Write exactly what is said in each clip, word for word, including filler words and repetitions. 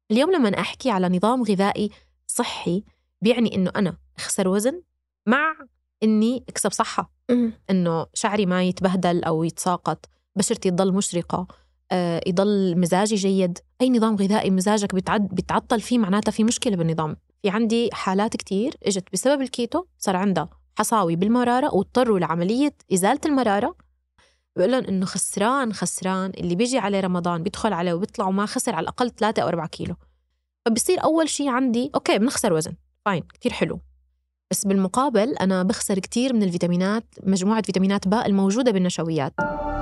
اليوم لما أحكي على نظام غذائي صحي بيعني إنه أنا أخسر وزن مع إني أكسب صحة، إنه شعري ما يتبهدل أو يتساقط، بشرتي تضل مشرقة، آه، يضل مزاجي جيد. أي نظام غذائي مزاجك بتعد بتعطل فيه معناتها في مشكلة بالنظام. في عندي حالات كتير إجت بسبب الكيتو صار عندها حصاوي بالمرارة واضطروا لعملية إزالة المرارة. بقولن إنه خسران خسران اللي بيجي عليه رمضان بيدخل عليه وبيطلع وما خسر على الأقل ثلاثة أو أربعة كيلو. فبصير أول شيء عندي أوكي بنخسر وزن، فاين كتير حلو، بس بالمقابل أنا بخسر كتير من الفيتامينات، مجموعة فيتامينات باء الموجودة بالنشويات.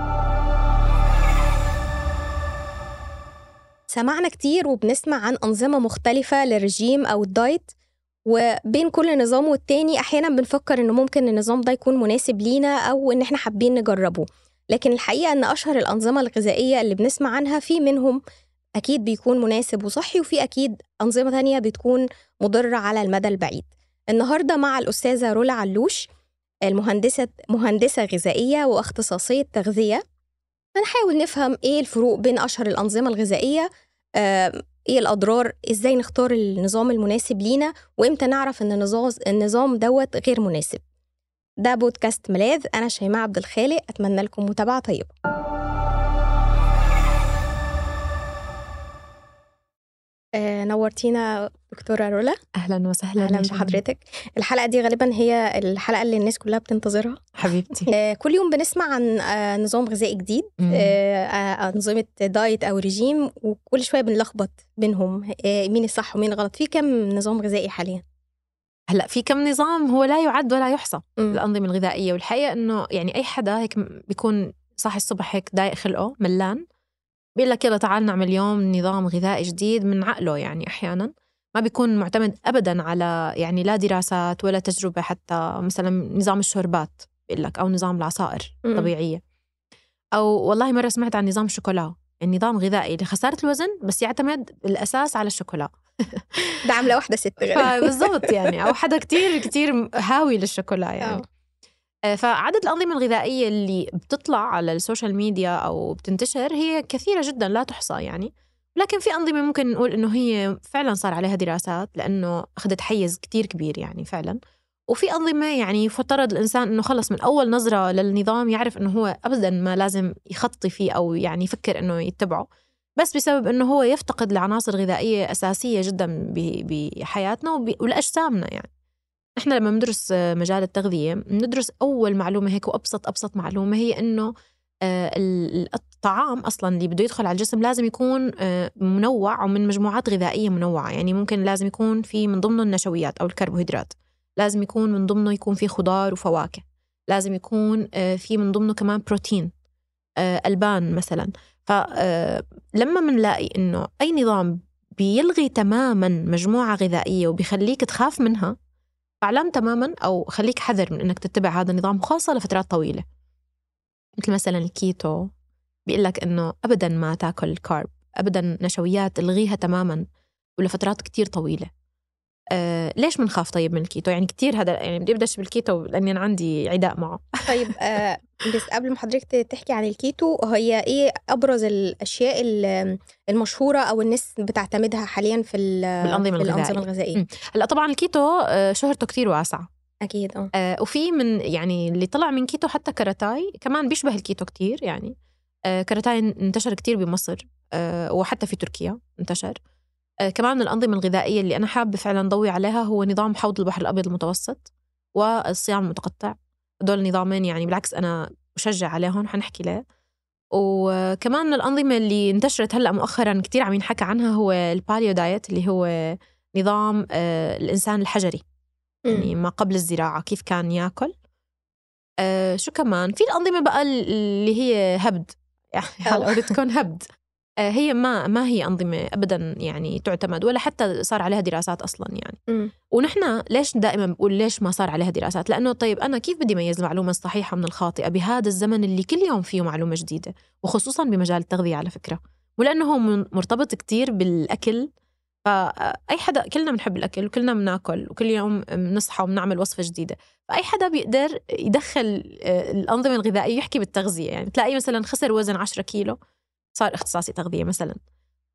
سمعنا كتير وبنسمع عن أنظمة مختلفة للرجيم أو الدايت، وبين كل نظام والتاني أحيانا بنفكر إنه ممكن النظام ده يكون مناسب لينا أو إن إحنا حابين نجربه. لكن الحقيقة إن أشهر الأنظمة الغذائية اللي بنسمع عنها في منهم أكيد بيكون مناسب وصحي، وفي أكيد أنظمة تانية بتكون مضرة على المدى البعيد. النهاردة مع الأستاذة رولا علوش، المهندسة مهندسة غذائية واختصاصية تغذية، هنحاول نفهم إيه الفروق بين أشهر الأنظمة الغذائية، آه، إيه الأضرار، إزاي نختار النظام المناسب لينا، وإمتى نعرف إن النظام النظام دوت غير مناسب. ده بودكاست ملاذ، أنا شيماء عبد الخالق، أتمنى لكم متابعة طيبة. آه، نورتينا دكتورة رولا. أهلا وسهلا. أهلا بحضرتك. الحلقة دي غالبا هي الحلقة اللي الناس كلها بتنتظرها حبيبتي. آه، كل يوم بنسمع عن آه، نظام غذائي جديد، آه، آه، أنظمة دايت أو رجيم، وكل شوية بنلخبط بينهم، آه، مين الصح ومين الغلط. في كم نظام غذائي حاليا؟ هلا في كم نظام هو لا يعد ولا يحصى. م. الأنظمة الغذائية، والحقيقة إنه يعني أي حدا هيك بيكون صاحي الصبح هيك ضايق خلقه ملان، بيقول لك يلا تعال نعمل اليوم نظام غذائي جديد من عقله. يعني أحيانا ما بيكون معتمد أبدا على يعني لا دراسات ولا تجربة، حتى مثلا نظام الشوربات بيقول لك، أو نظام العصائر م. طبيعية، أو والله مرة سمعت عن نظام الشوكولا، النظام غذائي لخسارة الوزن بس يعتمد الأساس على الشوكولا. ده عاملة واحدة ست غير بالضبط يعني، أو حدا كتير كتير هاوي للشوكولا يعني. أوه. فعدد الأنظمة الغذائية اللي بتطلع على السوشيال ميديا أو بتنتشر هي كثيرة جدا لا تحصى يعني. لكن في أنظمة ممكن نقول إنه هي فعلا صار عليها دراسات لأنه أخذت حيز كتير كبير يعني فعلا. وفي أنظمة يعني فترض الإنسان إنه خلص من أول نظرة للنظام يعرف إنه هو أبدا ما لازم يخطي فيه أو يعني يفكر إنه يتبعه، بس بسبب إنه هو يفتقد لعناصر غذائية أساسية جدا بحياتنا ولأجسامنا. يعني إحنا لما ندرس مجال التغذية ندرس أول معلومة هيك، وأبسط أبسط معلومة هي إنه الطعام أصلاً اللي بده يدخل على الجسم لازم يكون منوع ومن مجموعات غذائية منوعة. يعني ممكن لازم يكون في من ضمنه النشويات أو الكربوهيدرات، لازم يكون من ضمنه يكون في خضار وفواكه، لازم يكون في من ضمنه كمان بروتين، ألبان مثلاً. فلما منلاقي إنه أي نظام بيلغي تماماً مجموعة غذائية وبيخليك تخاف منها، فعلام تماماً أو خليك حذر من إنك تتبع هذا النظام خاصة لفترات طويلة. مثل مثلا الكيتو بيقول لك إنه أبداً ما تاكل كارب، أبداً نشويات الغيها تماماً ولفترات كتير طويلة. آه ليش منخاف طيب من الكيتو؟ يعني كتير هذا يعني بدي أبدأش بالكيتو لأني أنا عندي عداء معه. طيب آه بس قبل ما حضرتك تحكي عن الكيتو، هي إيه أبرز الأشياء المشهورة أو الناس بتعتمدها حاليا في بالأنظمة الغذائية؟ الغذائية. هلا طبعا الكيتو شهرته كتير واسعة أكيد. اه آه وفي من يعني اللي طلع من كيتو حتى كاراتاي كمان بيشبه الكيتو كتير يعني. آه كاراتاي انتشر كتير بمصر، آه وحتى في تركيا انتشر. آه كمان الأنظمة الغذائية اللي أنا حابة فعلا ضوي عليها هو نظام حوض البحر الأبيض المتوسط والصيام المتقطع. دول نظامين يعني بالعكس أنا أشجع عليهم، حنحكي ليه. وكمان من الأنظمة اللي انتشرت هلأ مؤخرا كتير عم ينحكى عنها هو الباليو دايت، اللي هو نظام آه الإنسان الحجري، يعني ما قبل الزراعة كيف كان يأكل. آه شو كمان في الأنظمة بقى اللي هي هبد، يعني حاولت تكون هبد. آه هي ما ما هي أنظمة أبدا يعني تعتمد ولا حتى صار عليها دراسات أصلا يعني. م. ونحن ليش دائما بقول ليش ما صار عليها دراسات؟ لأنه طيب أنا كيف بدي ميز المعلومة الصحيحة من الخاطئة بهذا الزمن اللي كل يوم فيه معلومة جديدة، وخصوصا بمجال التغذية على فكرة، ولأنه هو مرتبط كتير بالأكل. فأي حدا كلنا بنحب الأكل وكلنا بناكل وكل يوم بنصحى وبنعمل وصفة جديدة، فأي حدا بيقدر يدخل الأنظمة الغذائية يحكي بالتغذية. يعني تلاقي مثلا خسر وزن عشرة كيلو صار اختصاصي تغذية مثلا،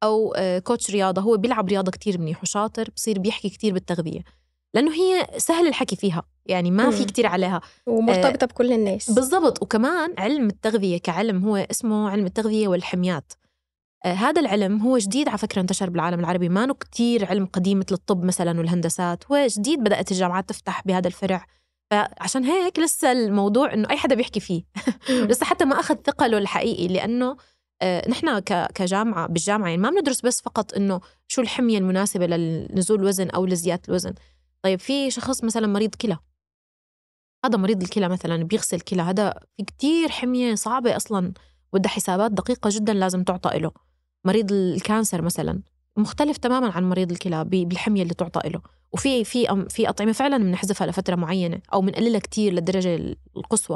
أو كوتش رياضة هو بيلعب رياضة كتير منيح وشاطر، بصير بيحكي كتير بالتغذية لأنه هي سهل الحكي فيها، يعني ما في كتير عليها ومرتبطة بكل الناس. بالضبط. وكمان علم التغذية كعلم هو اسمه علم التغذية والحميات. آه هذا العلم هو جديد على فكرة، انتشر بالعالم العربي، ما نو كتير علم قديم مثل الطب مثلا والهندسات، هو جديد بدأت الجامعات تفتح بهذا الفرع، فعشان هيك لسه الموضوع إنه أي حدا بيحكي فيه لسه حتى ما أخذ ثقله الحقيقي، لأنه آه نحن كجامعة بالجامعة يعني ما بندرس بس فقط إنه شو الحمية المناسبة لنزول الوزن أو لزيادة الوزن. طيب في شخص مثلا مريض كلى، هذا مريض الكلى مثلا بيغسل كلى، هذا في كتير حمية صعبة أصلا وده حسابات دقيقة جدا لازم تعطى له. مريض الكانسر مثلا مختلف تماما عن مريض الكلى بالحمية اللي تعطى له، وفي في في أطعمة فعلا بنحذفها لفترة معينة أو بنقللها كتير للدرجة القصوى.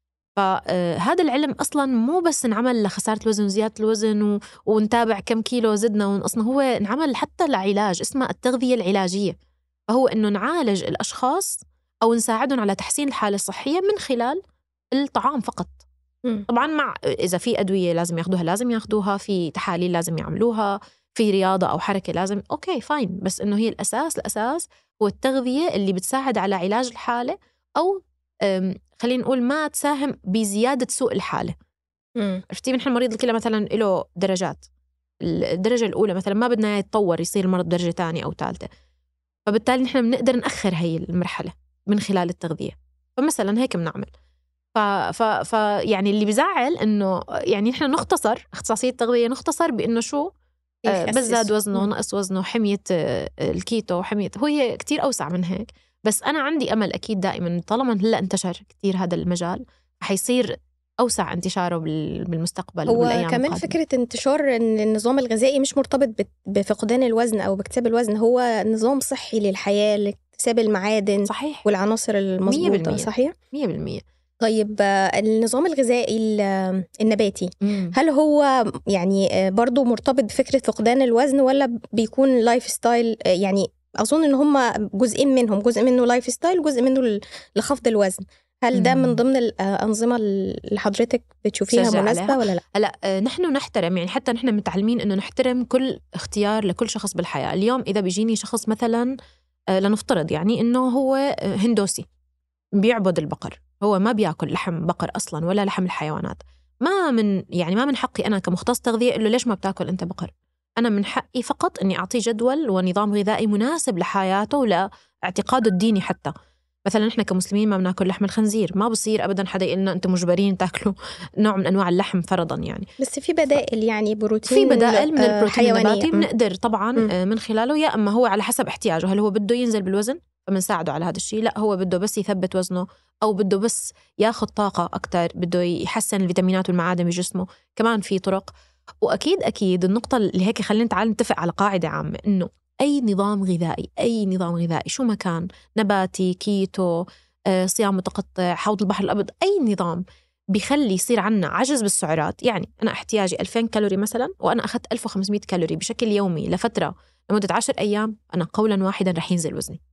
فهذا العلم أصلا مو بس انعمل لخسارة الوزن وزيادة الوزن و... ونتابع كم كيلو زدنا ونقصنا، هو انعمل حتى لعلاج اسمه التغذية العلاجية، فهو إنه نعالج الأشخاص أو نساعدهم على تحسين الحالة الصحية من خلال الطعام فقط. م. طبعا مع إذا في أدوية لازم ياخدوها لازم ياخدوها، في تحاليل لازم يعملوها، في رياضة أو حركة لازم، أوكي فاين، بس إنه هي الأساس الأساس هو التغذية اللي بتساعد على علاج الحالة، أو خلينا نقول ما تساهم بزيادة سوء الحالة. عرفتي نحن مريض الكلى مثلا له درجات، الدرجة الأولى مثلا ما بدنا يتطور يصير مرض درجة تانية أو ثالثة، فبالتالي نحن بنقدر نأخر هاي المرحلة من خلال التغذية. فمثلا هيك بنعمل. ف... ف... ف يعني اللي بيزعل إنه يعني نحن نختصر اختصاصية التغذية، نختصر بإنه شو آه بس زاد وزنه نقص وزنه، حمية آه الكيتو، حمية، هي كتير أوسع من هيك. بس أنا عندي أمل أكيد دائما طالما هلأ انتشر كتير هذا المجال حيصير أوسع انتشاره بالمستقبل والأيام القادمة. هو كمان فكرة انتشار إن النظام الغذائي مش مرتبط بفقدان الوزن أو باكتساب الوزن، هو نظام صحي للحياة لاكتساب المعادن صحيح. والعناصر المضبوطة. صحيح مية بالمية. طيب النظام الغذائي النباتي مم. هل هو يعني برضو مرتبط بفكرة فقدان الوزن ولا بيكون لايف ستايل؟ يعني أظن إن هم جزء منهم، جزء منه لايف ستايل، جزء منه لخفض الوزن. هل ده من ضمن الأنظمة اللي حضرتك بتشوفيها مناسبة ولا لا؟ لا، نحن نحترم، يعني حتى نحن متعلمين إنه نحترم كل اختيار لكل شخص بالحياة. اليوم إذا بيجيني شخص مثلا لنفترض يعني إنه هو هندوسي بيعبد البقر، هو ما بياكل لحم بقر أصلا ولا لحم الحيوانات، ما من يعني ما من حقي أنا كمختص تغذية إنه ليش ما بتاكل أنت بقر. أنا من حقي فقط إني أعطيه جدول ونظام غذائي مناسب لحياته ولاعتقاده الديني. حتى مثلا إحنا كمسلمين ما بناكل لحم الخنزير، ما بصير أبدا حدا يقولنا أنتم مجبرين تاكلوا نوع من أنواع اللحم فرضا يعني. بس في بدائل، يعني بروتين، في بدائل من البروتين النباتي بنقدر طبعا م. من خلاله، يا أما هو على حسب احتياجه، هل هو بده ينزل بالوزن فمنساعده على هذا الشيء، لا هو بده بس يثبت وزنه، أو بده بس ياخد طاقة أكتر، بده يحسن الفيتامينات والمعادن بجسمه، كمان في طرق. وأكيد أكيد النقطة اللي هيك خلينا تعال نتفق على قاعدة عامة، إنه أي نظام غذائي أي نظام غذائي شو ما كان، نباتي، كيتو، آه، صيام متقطع، حوض البحر الأبيض، أي نظام بيخلي يصير عنا عجز بالسعرات. يعني أنا احتياجي ألفين كالوري مثلا وأنا أخذت ألف وخمسمية كالوري بشكل يومي لفترة لمدة عشر أيام، أنا قولا واحدا رح ينزل وزني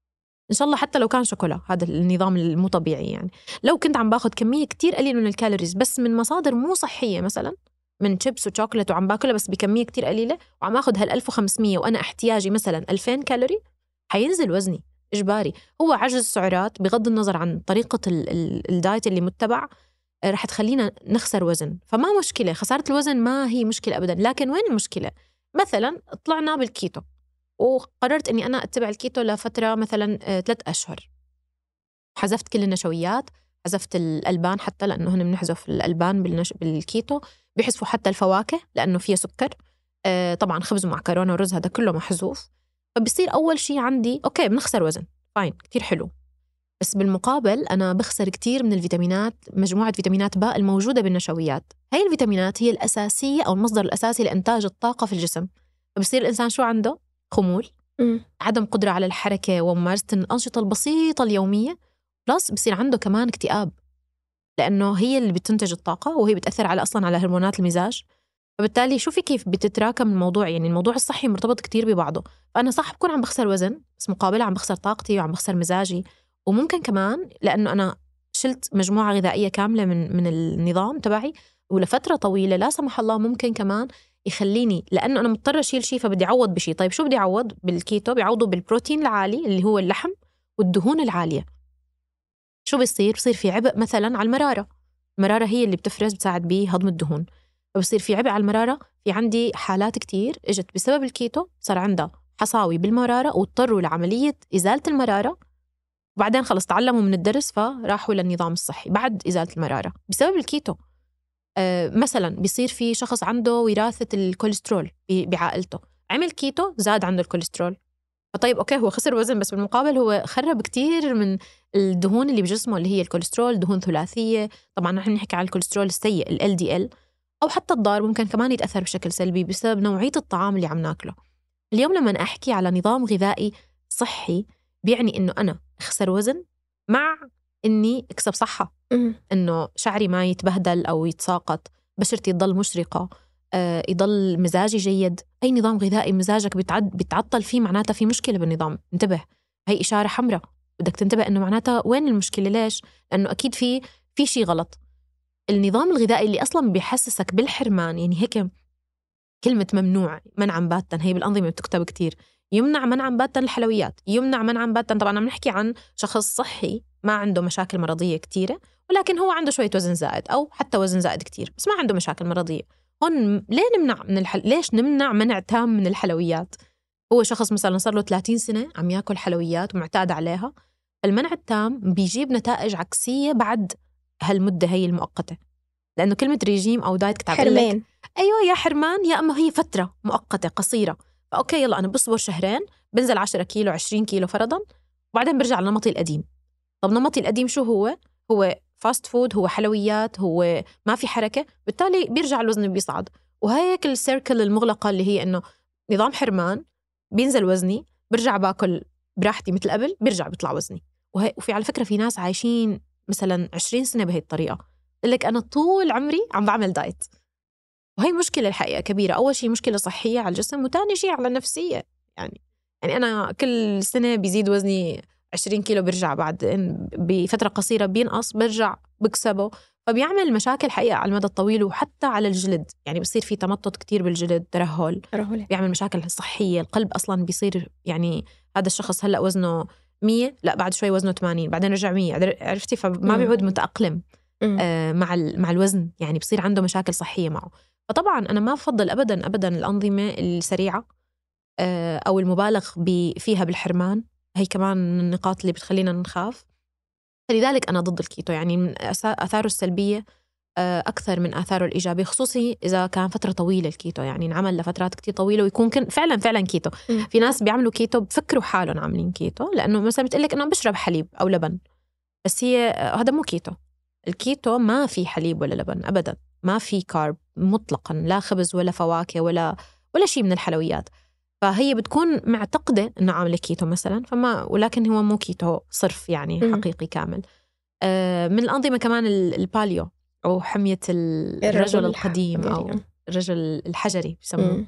إن شاء الله، حتى لو كان شوكولا. هذا النظام المو طبيعي. يعني لو كنت عم باخد كمية كتير قليلة من الكالوريز بس من مصادر مو صحية، مثلا من شيبس وشوكولات وعم باكلها بس بكمية كتير قليلة وعم أخذ هال ألف وخمسمية وأنا احتياجي مثلا ألفين كالوري، حينزل وزني إجباري. هو عجز السعرات بغض النظر عن طريقة ال ال الدايت اللي متبع رح تخلينا نخسر وزن. فما مشكلة، خسارة الوزن ما هي مشكلة أبدا. لكن وين المشكلة؟ مثلا طلعنا بالكيتو وقررت أني أنا أتبع الكيتو لفترة مثلا ثلاث أشهر، حذفت كل النشويات، حذفت الألبان حتى لأنه هن بنحذف الألبان بالنش... بالكيتو، بيحذفوا حتى الفواكه لأنه فيها سكر، آه طبعا خبز ومعكرونة ورز هذا كله محذوف. فبصير أول شيء عندي أوكي بنخسر وزن، فاين كتير حلو، بس بالمقابل أنا بخسر كتير من الفيتامينات، مجموعة فيتامينات باء الموجودة بالنشويات. هاي الفيتامينات هي الأساسية أو المصدر الأساسي لإنتاج الطاقة في الجسم. فبصير الإنسان شو عنده؟ خمول، م. عدم قدرة على الحركة وممارسة الأنشطة البسيطة اليومية، بلس بصير عنده كمان اكتئاب لأنه هي اللي بتنتج الطاقة وهي بتأثر على أصلا على هرمونات المزاج. فبالتالي شوفي كيف بتتراكم الموضوع. يعني الموضوع الصحي مرتبط كتير ببعضه. فأنا صح بكون عم بخسر وزن بس مقابلة عم بخسر طاقتي وعم بخسر مزاجي، وممكن كمان لأنه أنا شلت مجموعة غذائية كاملة من من النظام تبعي ولفترة طويلة لا سمح الله ممكن كمان يخليني، لأنه أنا مضطرة أشيل شيء فبدي أعوض بشيء. طيب شو بدي أعوض؟ بالكيتو بيعوضوا بالبروتين العالي اللي هو اللحم والدهون العالية. شو بيصير؟ بصير في عبء مثلا على المرارة. المرارة هي اللي بتفرز بتساعد بهضم الدهون، فبصير في عبء على المرارة. في عندي حالات كتير إجت بسبب الكيتو صار عندها حصاوي بالمرارة واضطروا لعملية إزالة المرارة، وبعدين خلص تعلموا من الدرس فراحوا للنظام الصحي بعد إزالة المرارة بسبب الكيتو. أه مثلا بيصير في شخص عنده وراثة الكوليسترول بعائلته، عمل كيتو زاد عنده الكوليسترول. طيب أوكي هو خسر وزن بس بالمقابل هو خرب كتير من الدهون اللي بجسمه اللي هي الكوليسترول، دهون ثلاثية. طبعا نحن نحكي عن الكوليسترول السيء ال إل دي إل، أو حتى الضار ممكن كمان يتأثر بشكل سلبي بسبب نوعية الطعام اللي عم ناكله. اليوم لما أحكي على نظام غذائي صحي بيعني إنه أنا أخسر وزن مع إني أكسب صحة، إنه شعري ما يتبهدل أو يتساقط، بشرتي تضل مشرقة، آه، يضل مزاجي جيد. أي نظام غذائي مزاجك بتعد بتعطل فيه معناتها في مشكلة بالنظام، انتبه، هي إشارة حمراء بدك تنتبه إنه معناتها وين المشكلة. ليش؟ لأنه أكيد في في شيء غلط. النظام الغذائي اللي أصلا بيحسسك بالحرمان، يعني هيك كلمة ممنوع منعا باتا هي بالأنظمة بتكتب كتير، يمنع منعا باتا الحلويات، يمنع منعا باتا. طبعا عم نحكي عن شخص صحي ما عنده مشاكل مرضية كتيرة، ولكن هو عنده شوية وزن زائد أو حتى وزن زائد كتير بس ما عنده مشاكل مرضية. هون ليه نمنع من الحل... ليش نمنع منع تام من الحلويات؟ هو شخص مثلا صار له ثلاثين سنة عم ياكل حلويات ومعتاد عليها، المنع التام بيجيب نتائج عكسية بعد هالمدة هي المؤقتة. لأنه كلمة ريجيم أو دايت كتاب حرمان، أيوة يا حرمان، يا أما هي فترة مؤقتة قصيرة. فأوكي يلا أنا بصبر شهرين بنزل عشرة كيلو عشرين كيلو فرضا، وبعدين برجع لنمطي القديم. طب نمطي القديم شو هو؟ هو فاست فود، هو حلويات، هو ما في حركة، بالتالي بيرجع الوزن بيصعد. وهيك السيركل المغلقة اللي هي إنه نظام حرمان، بينزل وزني، برجع باكل براحتي مثل قبل، بيرجع بيطلع وزني. وهي وفي على فكرة في ناس عايشين مثلا عشرين سنة بهي الطريقة، يقول لك أنا طول عمري عم بعمل دايت. وهي مشكلة الحقيقة كبيرة. أول شيء مشكلة صحية على الجسم، وتاني شيء على النفسية. يعني يعني أنا كل سنة بيزيد وزني عشرين كيلو، برجع بعد بفترة قصيرة بينقص، برجع بكسبه، فبيعمل مشاكل حقيقة على المدى الطويل وحتى على الجلد. يعني بصير في تمطط كتير بالجلد، ترهل، رهولة. بيعمل مشاكل صحية. القلب أصلا بيصير، يعني هذا الشخص هلأ وزنه مية، لا بعد شوي وزنه ثمانين، بعدين رجع مية، عرفتي؟ فما بيعود متأقلم آه مع مع الوزن، يعني بصير عنده مشاكل صحية معه. فطبعا أنا ما بفضل أبدا أبدا الأنظمة السريعة آه أو المبالغ فيها بالحرمان. هي كمان من النقاط اللي بتخلينا نخاف. فلذلك أنا ضد الكيتو، يعني من آثاره السلبية آه أكثر من آثاره الإيجابية، خصوصي إذا كان فترة طويلة الكيتو، يعني نعمل لفترات كتير طويلة ويكون فعلا فعلا كيتو. م. في ناس بيعملوا كيتو بفكروا حالهم عاملين كيتو، لأنه مثلا بتقلك أنه بشرب حليب أو لبن، بس هي هذا مو كيتو. الكيتو ما في حليب ولا لبن أبدا، ما في كارب مطلقا، لا خبز ولا فواكه ولا ولا شيء من الحلويات. فهي بتكون معتقدة إنه عاملة كيتو مثلا، فما ولكن هو مو كيتو صرف، يعني حقيقي كامل. آه من الأنظمة كمان الباليو أو حمية الرجل القديم أو الرجل الحجري بيسموه.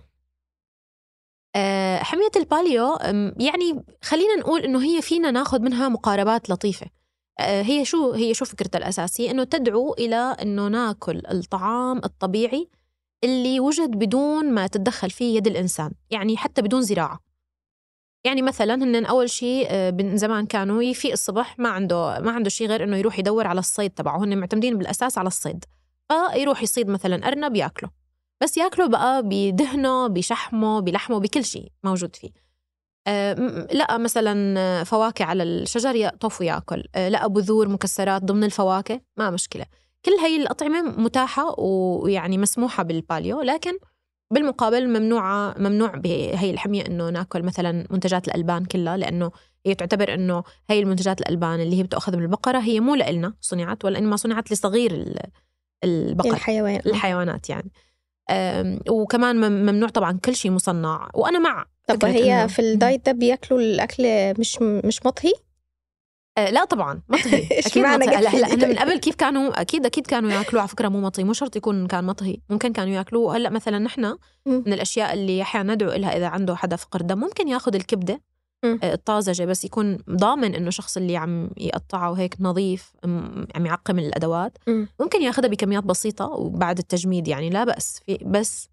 آه حمية الباليو يعني خلينا نقول إنه هي فينا ناخد منها مقاربات لطيفة. هي شو هي شو فكرتها الأساسية؟ إنه تدعو إلى إنه ناكل الطعام الطبيعي اللي وجد بدون ما تتدخل فيه يد الإنسان، يعني حتى بدون زراعة. يعني مثلا هن أول شيء من زمان كانوا يفيق الصبح ما عنده ما عنده شيء غير إنه يروح يدور على الصيد تبعه، هن معتمدين بالأساس على الصيد، فيروح يصيد مثلا أرنب يأكله، بس يأكله بقى بدهنه بشحمه بلحمه بكل شيء موجود فيه. أه لقى مثلا فواكه على الشجر يقطف ويأكل، أه لقى بذور مكسرات ضمن الفواكه ما مشكلة. كل هاي الأطعمة متاحة ويعني مسموحة بالباليو، لكن بالمقابل ممنوعة ممنوع بهي الحمية إنه ناكل مثلا منتجات الألبان كلها، لأنه هي تعتبر إنه هاي المنتجات الألبان اللي هي بتأخذ من البقرة هي مو لإلنا صنعت، ولا إنما صنعت لصغير البقر الحيوان. الحيوانات يعني. وكمان ممنوع طبعا كل شيء مصنع، وأنا مع. طب هي في الدايت ده بياكلوا الأكل مش مش مطهي؟ آه لا طبعا مطهي أكيد مطهي. هلا هلا أنا من قبل كيف كانوا أكيد أكيد كانوا يأكلوا على فكرة مو مطهي، مو شرط يكون كان مطهي، ممكن كانوا يأكلوه. هلا مثلا نحن من الأشياء اللي أحيانا ندعو إلها إذا عنده حدا فقر دم ممكن يأخذ الكبدة آه الطازجة، بس يكون ضامن إنه شخص اللي عم يقطعه وهيك نظيف، عم يعقم الأدوات، ممكن يأخذها بكميات بسيطة وبعد التجميد، يعني لا بأس في، بس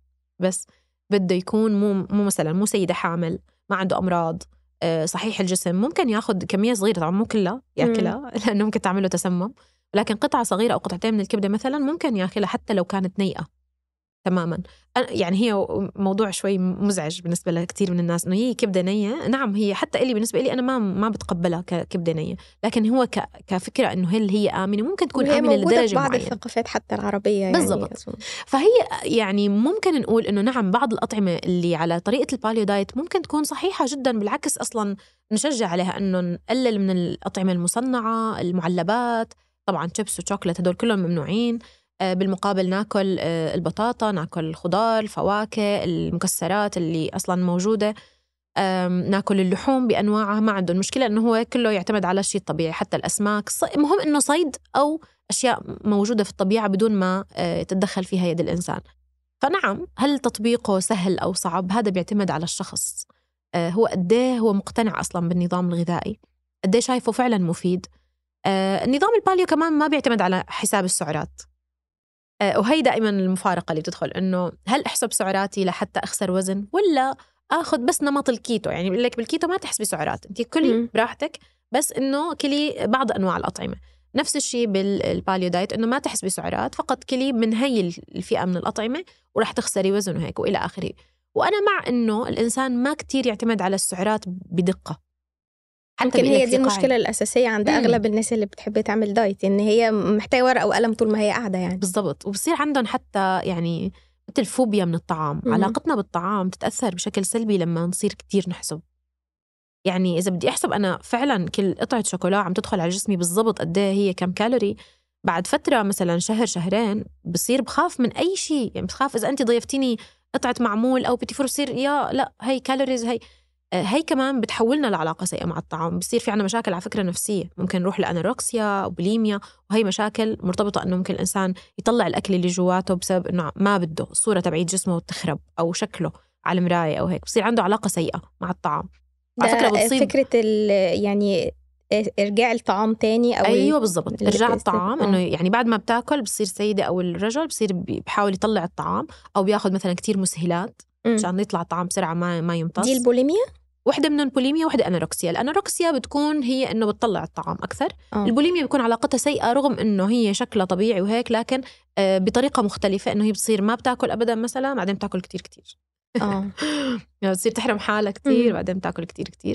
بس بده يكون مو مو مثلا مو سيدة حامل ما عنده أمراض صحيح الجسم، ممكن ياخد كمية صغيرة، طبعا مو كلها ياكلها لأنه ممكن تعمله تسمم، لكن قطعة صغيرة أو قطعتين من الكبدة مثلا ممكن ياكلها حتى لو كانت نيئة تماما. يعني هي موضوع شوي مزعج بالنسبة لكثير من الناس إنه هي كبدة نية. نعم هي حتى إلي بالنسبة لي أنا ما ما بتقبلها ككبدة نية، لكن هو ك كفكرة إنه هل هي آمنة، ممكن تكون آمنة لدرجة بعض معينة. الثقافات حتى العربية يعني بالضبط. فهي يعني ممكن نقول إنه نعم بعض الأطعمة اللي على طريقة الباليو دايت ممكن تكون صحيحة جدا، بالعكس أصلا نشجع عليها إنه نقلل من الأطعمة المصنعة، المعلبات، طبعا شيبس وشوكولات هدول كلهم ممنوعين. بالمقابل ناكل البطاطا، ناكل الخضار، الفواكه، المكسرات اللي أصلا موجودة، ناكل اللحوم بأنواعها، ما عندهم مشكلة إنه هو كله يعتمد على الشيء الطبيعي، حتى الأسماك مهم إنه صيد أو أشياء موجودة في الطبيعة بدون ما تتدخل فيها يد الإنسان. فنعم هل تطبيقه سهل أو صعب هذا بيعتمد على الشخص، هو قديه هو مقتنع أصلا بالنظام الغذائي، قديه شايفه فعلا مفيد. النظام الباليو كمان ما بيعتمد على حساب السعرات، وهي دائما المفارقة اللي بتدخل إنه هل أحسب سعراتي لحتى أخسر وزن ولا أخذ بس نمط الكيتو. يعني بيقول لك بالكيتو ما تحسبي سعرات، أنت كلي براحتك بس إنه كلي بعض أنواع الأطعمة. نفس الشيء بالباليو دايت إنه ما تحسبي سعرات، فقط كلي من هي الفئة من الأطعمة وراح تخسري وزن وهيك وإلى آخره. وأنا مع إنه الإنسان ما كتير يعتمد على السعرات بدقة. يمكن هي دي المشكلة الأساسية عند مم. أغلب الناس اللي بتحب تعمل دايت، إن هي محتاجة ورقة وقلم طول ما هي قاعدة يعني. بالضبط. وبصير عندهم حتى يعني مثل فوبيا من الطعام. مم. علاقتنا بالطعام تتأثر بشكل سلبي لما نصير كتير نحسب. يعني إذا بدي أحسب أنا فعلا كل قطعة شوكولا عم تدخل على جسمي بالضبط قد ايه هي كم كالوري، بعد فترة مثلا شهر شهرين بصير بخاف من أي شيء. يعني بخاف إذا أنت ضيفتيني قطعة معمول أو بتي فور بصير يا لا هي كالوريز هي هي كمان بتحولنا لعلاقة سيئة مع الطعام. بصير في عنا مشاكل على فكرة نفسية، ممكن نروح لأنوركسيا أو بوليميا، وهي مشاكل مرتبطة أنه ممكن الإنسان يطلع الأكل اللي جواته بسبب أنه ما بده الصورة تبعيد جسمه تخرب أو شكله على المراية أو هيك، بصير عنده علاقة سيئة مع الطعام. على فكرة بتصيب فكرة يعني إرجاع الطعام تاني أو أيوة بالضبط إرجاع الطعام. إنه يعني بعد ما بتاكل بصير السيدة أو الرجل بصير بيحاول يطلع الطعام أو بياخد مثلا كتير مسهلات عشان يطلع الطعام بسرعة ما ما يمتص. دي البوليميا واحدة من البوليميا وواحدة أنوركسيا. الأنوركسيا بتكون هي إنه بتطلع الطعام أكثر. أوه. البوليميا بتكون علاقتها سيئة رغم إنه هي شكلها طبيعي وهيك، لكن بطريقة مختلفة، إنه هي بتصير ما بتاكل أبدا مثلا بعدين بتاكل كتير كتير. آه يعني بتصير تحرم حالها كتير بعدين بتاكل كتير كتير.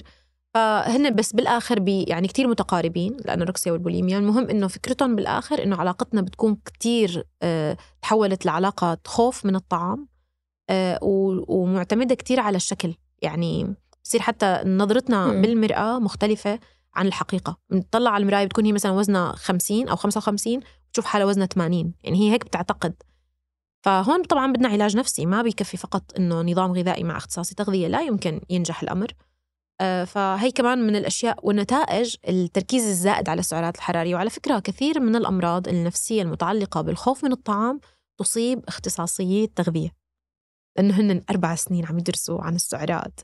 فهن بس بالآخر بي يعني كتير متقاربين الأنوركسيا والبوليميا. المهم إنه فكرتهم بالآخر إنه علاقتنا بتكون كتير آه تحولت لعلاقة خوف من الطعام آه ومعتمدة كتير على الشكل. يعني بصير حتى نظرتنا م. بالمرآة مختلفة عن الحقيقة. بنطلع على المراية بتكون هي مثلا وزنها خمسين أو خمسة وخمسين وتشوف حالها وزنها ثمانين، يعني هي هيك بتعتقد. فهون طبعا بدنا علاج نفسي، ما بيكفي فقط إنه نظام غذائي مع اختصاصي تغذية، لا يمكن ينجح الأمر. آه فهي كمان من الأشياء والنتائج التركيز الزائد على السعرات الحرارية. وعلى فكرة كثير من الأمراض النفسية المتعلقة بالخوف من الطعام تصيب اختصاصيي التغذية، لأنه هن أربع سنين عم يدرسوا عن السعرات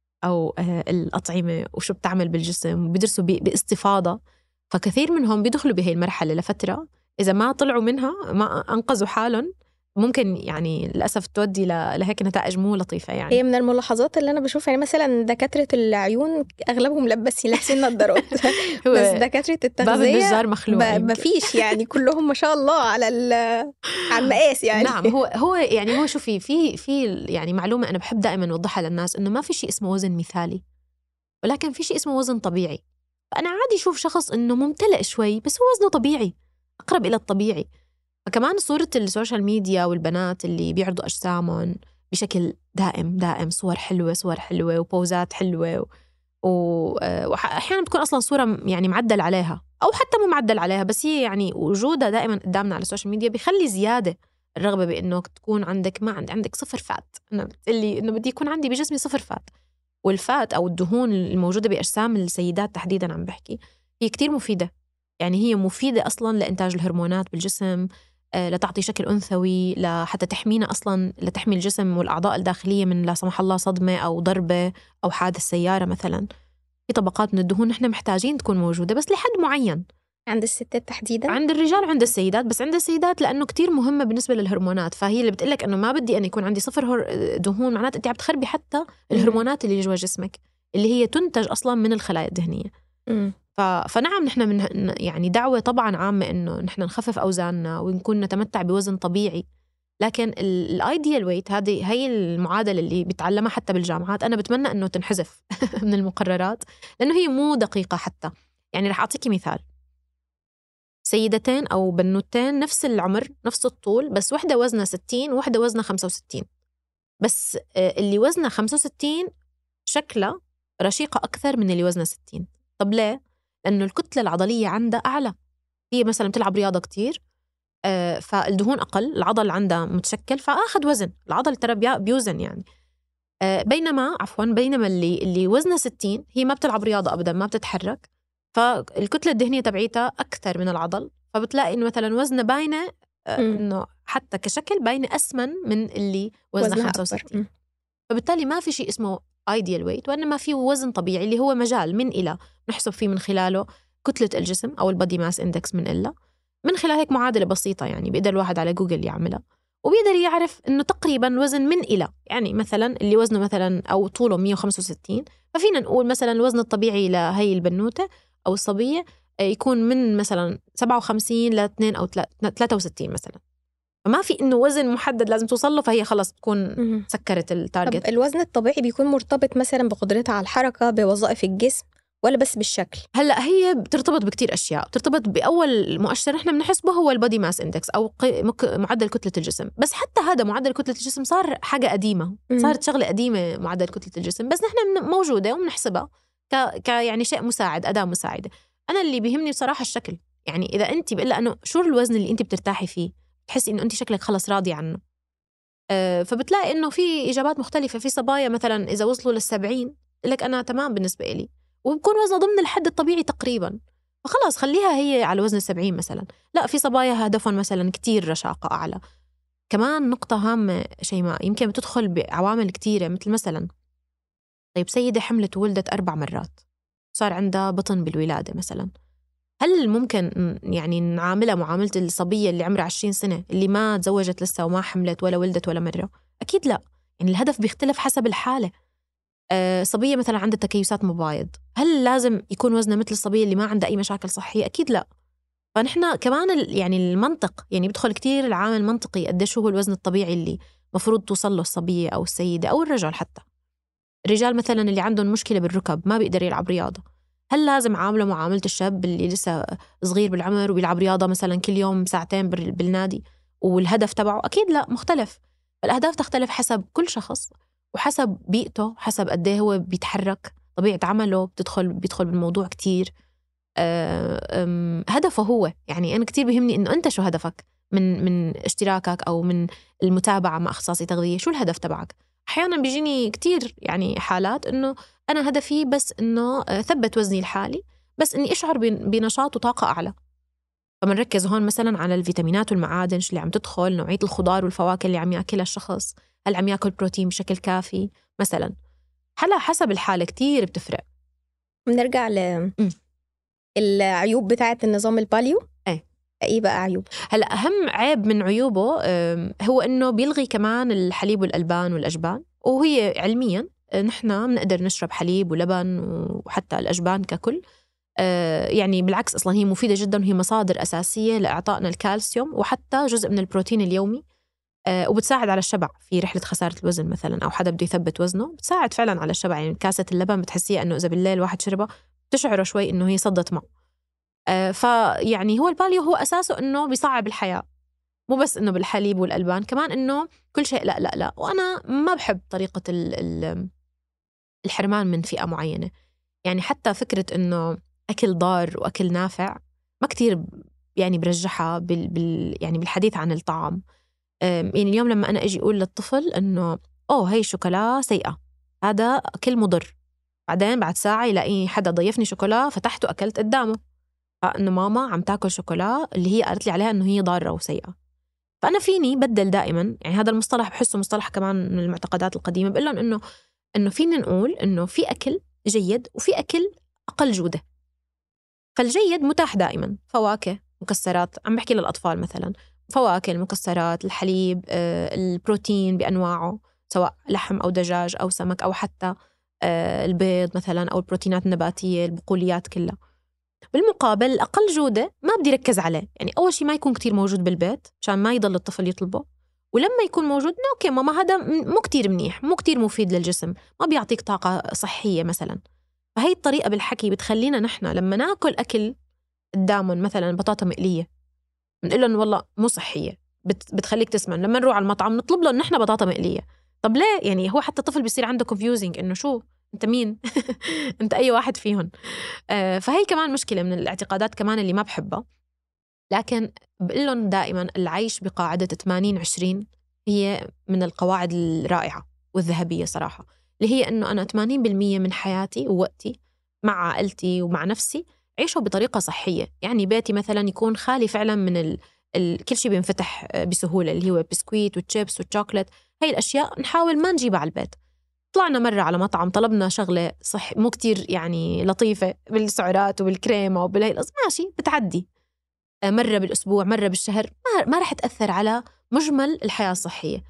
أو الأطعمة وشو بتعمل بالجسم وبيدرسوا باستفاضة. فكثير منهم بيدخلوا بهي المرحلة لفترة، إذا ما طلعوا منها ما أنقذوا حالهم ممكن يعني للأسف تودي لهيك نتائج مو لطيفة. يعني هي من الملاحظات اللي أنا بشوفها يعني مثلا دكاترة العيون أغلبهم لابسين لابسين نظارات بس دكاترة التغذية باب النجار مخلوع ما فيش يعني كلهم ما شاء الله على على المقاس يعني. نعم هو هو يعني هو شوفي في في يعني معلومة أنا بحب دائما أوضحها للناس، إنه ما في شيء اسمه وزن مثالي، ولكن في شيء اسمه وزن طبيعي. فأنا عادي أشوف شخص إنه ممتلئ شوي بس هو وزنه طبيعي أقرب إلى الطبيعي. فكمان صورة السوشيال ميديا والبنات اللي بيعرضوا أجسامهم بشكل دائم دائم، صور حلوة صور حلوة وبوزات حلوة، وأحيانا بتكون أصلا صورة يعني معدل عليها أو حتى مو معدل عليها، بس هي يعني وجودها دائما قدامنا على السوشيال ميديا بيخلي زيادة الرغبة بأنه تكون عندك ما عندك صفر فات. أنا بتقلي إنه بدي يكون عندي بجسمي صفر فات. والفات أو الدهون الموجودة بأجسام السيدات تحديدا عم بحكي هي كتير مفيدة. يعني هي مفيدة أصلا لإنتاج الهرمونات بالجسم، لتعطي شكل أنثوي، لحتى تحمينا أصلا، لتحمي الجسم والأعضاء الداخلية من لا سمح الله صدمة أو ضربة أو حادث سيارة مثلا. في طبقات من الدهون نحن محتاجين تكون موجودة بس لحد معين، عند الستات تحديدا؟ عند الرجال وعند السيدات، بس عند السيدات لأنه كتير مهمة بالنسبة للهرمونات. فهي اللي بتقلك أنه ما بدي أن يكون عندي صفر دهون، معناته أنت عم تخربي حتى الهرمونات اللي جوا جسمك اللي هي تنتج أصلا من الخلايا الدهنية. مم. ف... فنعم نحن من يعني دعوة طبعا عامة أنه نحن نخفف أوزاننا ونكون نتمتع بوزن طبيعي، لكن الايديال ويت هذه هي المعادلة اللي بتعلمها حتى بالجامعات. أنا بتمنى أنه تنحذف من المقررات لأنه هي مو دقيقة حتى. يعني رح أعطيكي مثال، سيدتين أو بنوتين نفس العمر نفس الطول، بس واحدة وزنها ستين وواحدة وزنها خمسة وستين، بس اللي وزنها خمسة وستين شكلها رشيقة أكثر من اللي وزنها ستين. طب ليه؟ لأنه الكتلة العضلية عندها أعلى، هي مثلا بتلعب رياضة كتير فالدهون أقل، العضل عندها متشكل فأخذ وزن، العضل ترى بيوزن يعني. بينما عفوا بينما اللي اللي وزنها ستين هي ما بتلعب رياضة أبدا، ما بتتحرك، فالكتلة الدهنية تبعيتها أكثر من العضل، فبتلاقي إنه مثلا وزنها باينة إنه حتى كشكل باينة أسمن من اللي وزنها خمسة وستين. فبالتالي ما في شيء اسمه ideal weight، وإنما في وزن طبيعي اللي هو مجال من إلى نحسب فيه من خلاله كتلة الجسم أو البادي ماس إندكس من إلا، من خلال هيك معادلة بسيطة يعني بيقدر الواحد على جوجل يعملها وبيقدر يعرف إنه تقريبا وزن من إلى. يعني مثلا اللي وزنه مثلا أو طوله مية وخمسة وستين، ففينا نقول مثلا الوزن الطبيعي لهي البنوتة أو الصبية يكون من مثلا سبعة وخمسين لاثنين أو ثلاثة وستين مثلا. فما في إنه وزن محدد لازم توصل له فهي خلاص تكون سكرت التارجت. الوزن الطبيعي بيكون مرتبط مثلا بقدرتها على الحركة، بوظائف الجسم، ولا بس بالشكل؟ هلا هي بترتبط بكتير أشياء. بترتبط بأول مؤشر نحن بنحسبه هو البودي ماس إندكس أو معدل كتلة الجسم، بس حتى هذا معدل كتلة الجسم صار حاجة قديمة، صارت شغلة قديمة معدل كتلة الجسم، بس نحن موجودة وبنحسبها ك... ك يعني شيء مساعد، أداة مساعدة. أنا اللي بيهمني بصراحة الشكل. يعني إذا أنت بقول أنه شو الوزن اللي أنت بترتاحي فيه، تحسي إنه أنت شكلك خلص راضي عنه، أه فبتلاقي إنه في إجابات مختلفة. في صبايا مثلا إذا وصلوا للسبعين لك أنا تمام بالنسبة إلي، وبكون وزنها ضمن الحد الطبيعي تقريبا، فخلاص خليها هي على وزن السبعين مثلا. لا، في صبايا هدفهم مثلا كتير رشاقة أعلى. كمان نقطة هامة شيماء يمكن بتدخل بعوامل كتيرة، مثل مثلا طيب سيدة حملت وولدت أربع مرات، صار عندها بطن بالولادة مثلا، هل ممكن يعني نعاملها معاملة الصبية اللي عمرها عشرين سنة اللي ما تزوجت لسه وما حملت ولا ولدت ولا مرة؟ أكيد لا. يعني الهدف بيختلف حسب الحالة. أه صبية مثلا عندها تكيسات مبايض، هل لازم يكون وزنها مثل الصبية اللي ما عندها أي مشاكل صحية؟ أكيد لا. فنحن كمان يعني المنطق يعني بيدخل كتير العامل المنطقي، قديش هو الوزن الطبيعي اللي مفروض توصل له الصبية أو السيدة أو الرجل. حتى الرجال مثلا اللي عندهم مشكلة بالركب ما بيقدر يلعب رياضة، هل لازم عامله معاملة الشاب اللي لسه صغير بالعمر وبيلعب رياضة مثلا كل يوم ساعتين بالنادي والهدف تبعه؟ أكيد لا، مختلف. الأهداف تختلف حسب كل شخص وحسب بيئته، حسب قديه هو بيتحرك، طبيعة عمله بتدخل بيدخل بالموضوع كتير. هدفه هو يعني أنا كتير بيهمني إنه أنت شو هدفك من من اشتراكك أو من المتابعة مع أخصائي تغذية، شو الهدف تبعك؟ أحيانا بيجيني كتير يعني حالات إنه أنا هدفي بس إنه ثبت وزني الحالي، بس إني أشعر بنشاط وطاقة أعلى. فمنركز هون مثلا على الفيتامينات والمعادن اللي عم تدخل، نوعية الخضار والفواكه اللي عم يأكلها الشخص، هل عم يأكل بروتين بشكل كافي مثلا. حلا حسب الحالة كتير بتفرق. بنرجع ل العيوب بتاعة النظام الباليو. ايه ايه بقى عيوب؟ هلا اهم عيب من عيوبه هو انه بيلغي كمان الحليب والالبان والاجبان، وهي علميا نحن بنقدر نشرب حليب ولبن وحتى الاجبان ككل. يعني بالعكس اصلا هي مفيده جدا وهي مصادر اساسيه لاعطائنا الكالسيوم وحتى جزء من البروتين اليومي، وبتساعد على الشبع في رحله خساره الوزن مثلا، او حدا بده يثبت وزنه بتساعد فعلا على الشبع. يعني كاسه اللبن بتحسيها انه اذا بالليل واحد شربها تشعره شوي انه هي صدت معه. فيعني هو الباليو هو أساسه إنه بيصعب الحياة، مو بس إنه بالحليب والألبان، كمان إنه كل شيء لا لا لا. وأنا ما بحب طريقة الحرمان من فئة معينة. يعني حتى فكرة إنه أكل ضار وأكل نافع ما كتير يعني برجحها بال, بال يعني بالحديث عن الطعام. يعني اليوم لما أنا أجي أقول للطفل إنه أوه هاي شوكولا سيئة، هذا أكل مضر، بعدين بعد ساعة يلاقي حدا ضيفني شوكولا فتحته أكلت قدامه، فإنه ماما عم تاكل شوكولا اللي هي قالت لي عليها إنه هي ضارة وسيئة. فأنا فيني بدل دائما، يعني هذا المصطلح بحسه مصطلح كمان من المعتقدات القديمة، بقول لهم إنه إنه فينا نقول إنه في أكل جيد وفي أكل أقل جودة. فالجيد متاح دائما، فواكه، مكسرات، عم بحكي للأطفال مثلا، فواكه، المكسرات، الحليب، البروتين بأنواعه سواء لحم أو دجاج أو سمك أو حتى البيض مثلا أو البروتينات النباتية، البقوليات كلها. بالمقابل أقل جودة ما بدي ركز عليه، يعني أول شيء ما يكون كتير موجود بالبيت عشان ما يضل الطفل يطلبه، ولما يكون موجود أوكي ماما هذا مو كتير منيح، مو كتير مفيد للجسم، ما بيعطيك طاقة صحية مثلا. فهي الطريقة بالحكي بتخلينا نحن لما ناكل أكل قدامهم مثلا بطاطا مقلية بنقول لهم والله مو صحية، بت بتخليك تسمن. لما نروح على المطعم نطلب لهم نحن بطاطا مقلية. طب ليه؟ يعني هو حتى الطفل بيصير عنده confusing إنه شو أنت مين؟ أنت أي واحد فيهم. آه فهي كمان مشكلة من الاعتقادات كمان اللي ما بحبها. لكن بقول لهم دائما العيش بقاعدة ثمانين عشرين هي من القواعد الرائعة والذهبية صراحة، اللي هي إنه أنا ثمانين بالمية من حياتي ووقتي مع عائلتي ومع نفسي عيشه بطريقة صحية. يعني بيتي مثلا يكون خالي فعلا من ال... ال... كل شيء بينفتح بسهولة، اللي هو بسكويت وتشيبس وشوكولات. هاي الأشياء نحاول ما نجيبها على البيت. طلعنا مرة على مطعم طلبنا شغلة صح مو كتير يعني لطيفة بالسعرات وبالكريمة وبالهي ماشي بتعدي، مرة بالأسبوع مرة بالشهر ما, ما رح تأثر على مجمل الحياة الصحية.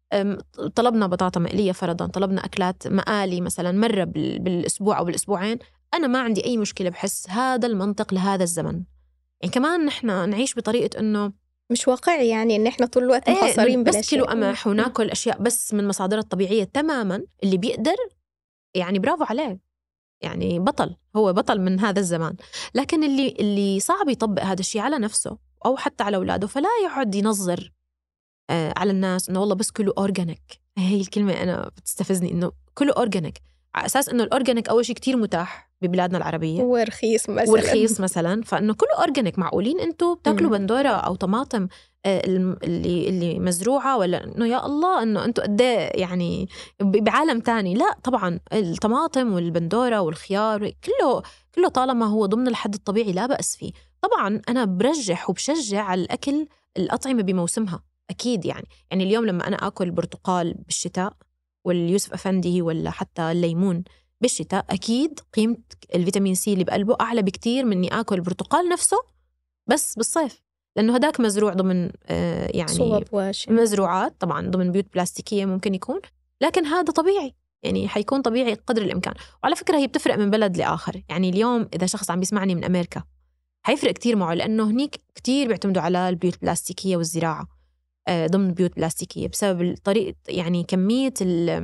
طلبنا بطاطا مقلية فرضا، طلبنا أكلات مقالي مثلا مرة بالأسبوع أو بالأسبوعين، أنا ما عندي أي مشكلة، بحس هذا المنطق لهذا الزمن. يعني كمان نحن نعيش بطريقة إنه مش واقعي، يعني إن إحنا طول الوقت محاصرين إيه بس كيلو قمح وناكل أشياء بس من مصادرها الطبيعية تماما. اللي بيقدر يعني برافو عليه، يعني بطل، هو بطل من هذا الزمان. لكن اللي اللي صعب يطبق هذا الشيء على نفسه أو حتى على أولاده، فلا يقعد ينظر آه على الناس إنه والله بس كله أورجانيك. هي الكلمة أنا بتستفزني، إنه كله أورجانيك على أساس إنه الأورجانيك أول شيء كتير متاح ببلادنا العربية ورخيص مثلا ورخيص مثلا، فإنه كله أورجانيك. معقولين أنتوا بتاكلوا بندورة أو طماطم آه اللي اللي مزروعة، ولا إنه يا الله إنه أنتوا قد يعني بعالم تاني؟ لا طبعا الطماطم والبندورة والخيار كله كله طالما هو ضمن الحد الطبيعي لا بأس فيه. طبعا أنا برجح وبشجع على الأكل الأطعمة بموسمها أكيد. يعني يعني اليوم لما أنا أكل برتقال بالشتاء واليوسف أفندي ولا حتى الليمون بالشتاء، أكيد قيمة الفيتامين سي اللي بقلبه أعلى بكتير من إني أكل البرتقال نفسه بس بالصيف، لأنه هداك مزروع ضمن آه يعني مزروعات طبعا ضمن بيوت بلاستيكية ممكن يكون، لكن هذا طبيعي، يعني حيكون طبيعي قدر الإمكان. وعلى فكرة هي بتفرق من بلد لآخر. يعني اليوم إذا شخص عم بيسمعني من أمريكا حيفرق كتير معه، لأنه هنيك كتير بيعتمدوا على البيوت البلاستيكية والزراعة ضمن بيوت بلاستيكية بسبب الطريقة، يعني كمية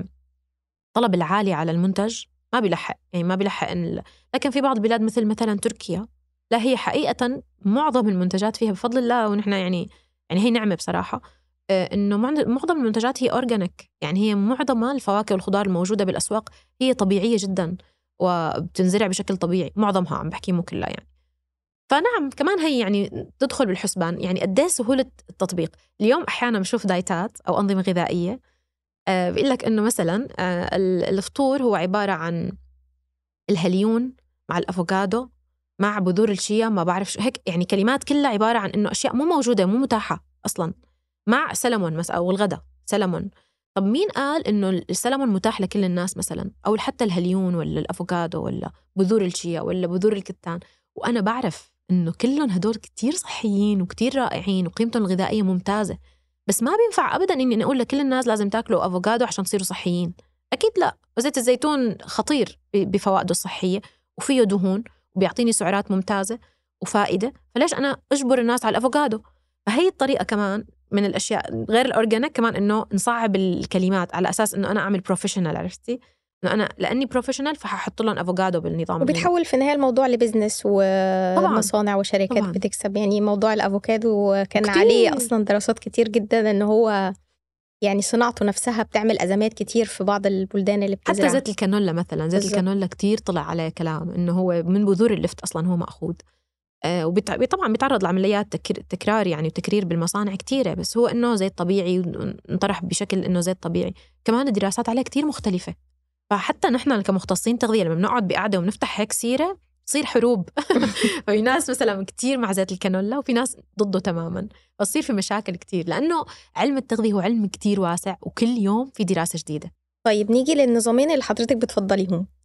الطلب العالي على المنتج ما بيلحق، يعني ما بيلحق إن. لكن في بعض البلاد مثل مثلا تركيا لا، هي حقيقة معظم المنتجات فيها بفضل الله، ونحن يعني يعني هي نعمة بصراحة إنه معظم المنتجات هي أورجانيك. يعني هي معظم الفواكه والخضار الموجودة بالأسواق هي طبيعية جدا وبتنزرع بشكل طبيعي، معظمها عم بحكي مو كلها يعني. فنعم كمان هي يعني تدخل بالحسبان. يعني قديه سهولة التطبيق. اليوم أحيانا بشوف دايتات أو أنظمة غذائية أه بيقول لك إنه مثلا أه الفطور هو عبارة عن الهليون مع الأفوكادو مع بذور الشيا، ما بعرف شو هيك، يعني كلمات كلها عبارة عن إنه أشياء مو موجودة مو متاحة أصلا، مع سلمون مثلا أو الغداء سلمون. طب مين قال إنه السلمون متاح لكل الناس مثلا، أو حتى الهليون ولا الأفوكادو ولا بذور الشيا ولا بذور الكتان؟ وأنا بعرف إنه كلهم هدول كتير صحيين وكتير رائعين وقيمتهم الغذائية ممتازة، بس ما بينفع أبدا إني أقول لكل الناس لازم تاكلوا أفوكادو عشان تصيروا صحيين. أكيد لا. وزيت الزيتون خطير بفوائده الصحية وفيه دهون وبيعطيني سعرات ممتازة وفائدة، فليش أنا أجبر الناس على الأفوكادو؟ فهي الطريقة كمان من الأشياء غير الأورجانيك، كمان إنه نصعب الكلمات على أساس إنه أنا أعمل بروفيشنال، عرفتي؟ إنه أنا لأني بروفيشنال فححط لهم أفوكادو بالنظام، وبتحول في النهاية الموضوع لبزنس ومصانع وشركات طبعاً. بتكسب. يعني موضوع الأفوكادو كان كتير. عليه أصلا دراسات كتير جدا إنه هو يعني صناعته نفسها بتعمل أزمات كتير في بعض البلدان اللي بتزرع. حتى زيت الكانولا مثلا، زيت بالزبط. الكانولا كتير طلع عليه كلام إنه هو من بذور اللفت أصلا هو مأخوذ، آه وطبعا بيتعرض لعمليات تكرار يعني وتكرير بالمصانع كتيرة، بس هو إنه زيت طبيعي ونطرح بشكل إنه زيت طبيعي. كمان الدراسات عليه كتير مختلفة، فحتى نحن كمختصين تغذية لما بنقعد بقعدة ونفتح هيك سيرة تصير حروب. في ناس مثلا كتير مع زيت الكانولا وفي ناس ضده تماما، فتصير في مشاكل كتير، لأنه علم التغذية هو علم كتير واسع وكل يوم في دراسة جديدة. طيب نيجي للنظامين اللي حضرتك بتفضليهم،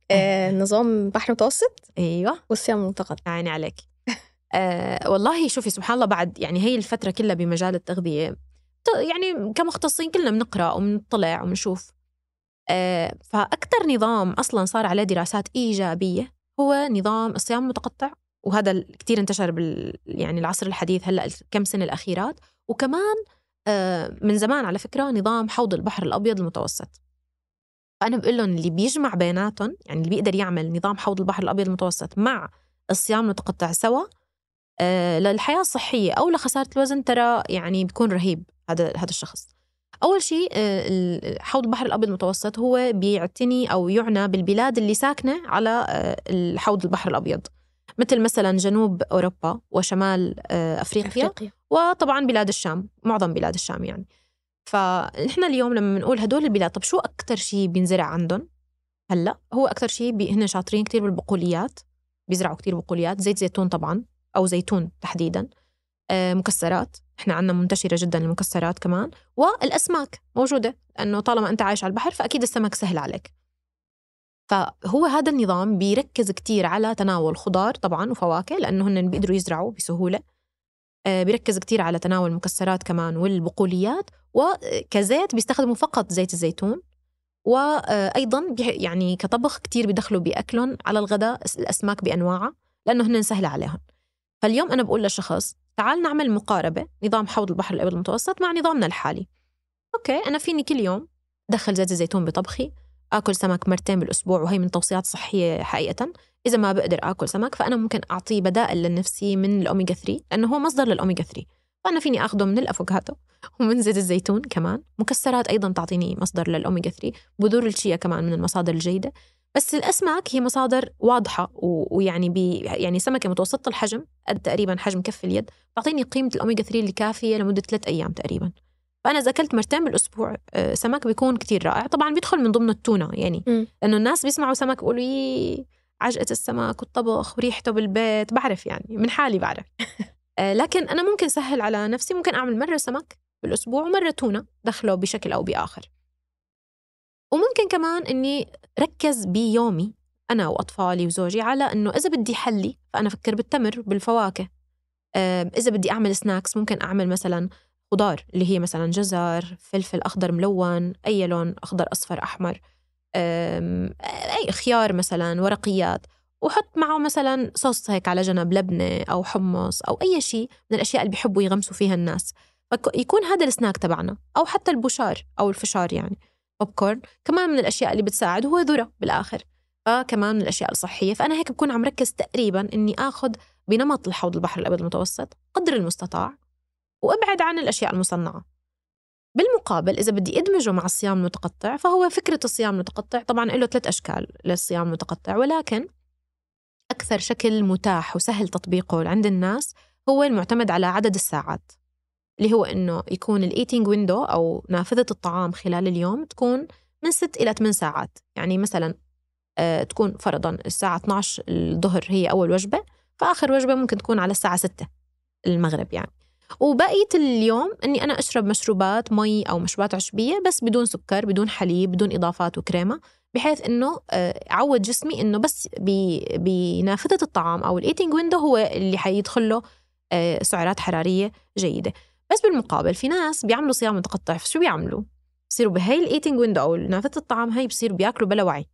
آه، نظام بحر متوسط ايوه والصيام المتقطع. يعني عليك. آه والله شوفي سبحان الله، بعد يعني هي الفترة كلها بمجال التغذية يعني كمختصين كلنا بنقرأ وبنطلع وبنشوف. آه فأكثر نظام أصلا صار عليه دراسات إيجابية هو نظام الصيام المتقطع، وهذا كتير انتشر بال يعني العصر الحديث هلأ كم سنة الأخيرات. وكمان آه من زمان على فكرة نظام حوض البحر الأبيض المتوسط. فأنا بقول لهم اللي بيجمع بيناتهم، يعني اللي بيقدر يعمل نظام حوض البحر الأبيض المتوسط مع الصيام المتقطع سوا آه للحياة الصحية أو لخسارة الوزن، ترى يعني بيكون رهيب هذا هذا الشخص. أول شيء آه حوض البحر الأبيض المتوسط هو بيعتني أو يعنى بالبلاد اللي ساكنة على آه الحوض البحر الأبيض، مثل مثلا جنوب أوروبا وشمال آه أفريقيا, أفريقيا وطبعا بلاد الشام، معظم بلاد الشام يعني. فنحن اليوم لما بنقول هدول البلاد، طب شو أكتر شيء بينزرع عندهم؟ هلأ هو أكتر شيء هن شاطرين كتير بالبقوليات، بيزرعوا كتير بقوليات، زيت زيتون طبعا أو زيتون تحديدا، آه مكسرات، إحنا عنا منتشرة جدا المكسرات كمان، والأسماك موجودة لأنه طالما أنت عايش على البحر فأكيد السمك سهل عليك. فهو هذا النظام بيركز كتير على تناول خضار طبعا وفواكه لأنه هن بيقدروا يزرعوا بسهولة. آه بيركز كتير على تناول المكسرات كمان والبقوليات، وكزيت بيستخدموا فقط زيت الزيتون. وأيضا يعني كطبخ كتير بيدخلوا بأكلهم على الغداء الأسماك بأنواعها لأنه هن سهلة عليهم. فاليوم أنا بقول للشخص تعال نعمل مقاربة نظام حوض البحر الأبيض المتوسط مع نظامنا الحالي. أوكي أنا فيني كل يوم دخل زيت الزيتون بطبخي، آكل سمك مرتين بالأسبوع، وهي من توصيات صحية حقيقة. إذا ما بقدر آكل سمك فأنا ممكن أعطيه بدائل للنفسي من الأوميجا ثري لأنه هو مصدر للأوميجا ثري، فأنا فيني أخده من الأفوكادو ومن زيت الزيتون كمان. مكسرات أيضا تعطيني مصدر للأوميجا ثري، بذور الشيا كمان من المصادر الجيدة. بس الأسماك هي مصادر واضحة و... ويعني بي... يعني سمكة متوسطة الحجم قد تقريبا حجم كف اليد تعطيني قيمة الأوميجا ثري اللي كافية لمدة ثلاثة أيام تقريبا. فأنا إذا أكلت مرتين بالأسبوع سمك بيكون كتير رائع. طبعا بيدخل من ضمن التونة يعني م. لأنه الناس بيسمعوا سمك يقولوا يي عجقة السمك والطبخ وريحته بالبيت، بعرف يعني من حالي بعرف. لكن أنا ممكن سهل على نفسي، ممكن أعمل مرة سمك بالأسبوع ومرة تونة دخله بشكل أو بآخر. وممكن كمان أني ركز بيومي أنا وأطفالي وزوجي على أنه إذا بدي حلي فأنا أفكر بالتمر بالفواكه. إذا بدي أعمل سناكس ممكن أعمل مثلا خضار اللي هي مثلا جزر، فلفل أخضر ملون، أي لون، أخضر أصفر أحمر، أي خيار مثلا، ورقيات، وحط معه مثلا صوص هيك على جنب، لبنة أو حمص أو أي شيء من الأشياء اللي بيحبوا يغمسوا فيها الناس، فيكون هذا السناك تبعنا. أو حتى البشار أو الفشار يعني بوبكورن كمان من الأشياء اللي بتساعد، هو ذرة بالآخر، فكمان من الأشياء الصحية. فأنا هيك بكون عم ركز تقريبا إني أخذ بنمط الحوض البحر الأبيض المتوسط قدر المستطاع، وأبعد عن الأشياء المصنعة. بالمقابل إذا بدي أدمجه مع الصيام المتقطع، فهو فكرة الصيام المتقطع طبعاً له ثلاث أشكال للصيام المتقطع، ولكن أكثر شكل متاح وسهل تطبيقه عند الناس هو المعتمد على عدد الساعات، اللي هو إنه يكون الإيتينج ويندو أو نافذة الطعام خلال اليوم تكون من ست إلى ثمان ساعات. يعني مثلاً آه تكون فرضاً الساعة اثني عشر الظهر هي أول وجبة، فآخر وجبة ممكن تكون على الساعة ستة المغرب يعني. وبقية اليوم أني أنا أشرب مشروبات مي أو مشروبات عشبية بس بدون سكر، بدون حليب، بدون إضافات وكريمة، بحيث أنه أعود جسمي أنه بس بنافذة الطعام أو الإيتينج ويندو هو اللي حيدخل له سعرات حرارية جيدة. بس بالمقابل في ناس بيعملوا صيام متقطع، شو بيعملوا؟ بصيروا بهاي الإيتينج ويندو أو نافذة الطعام هاي بصيروا بياكلوا بلا وعي،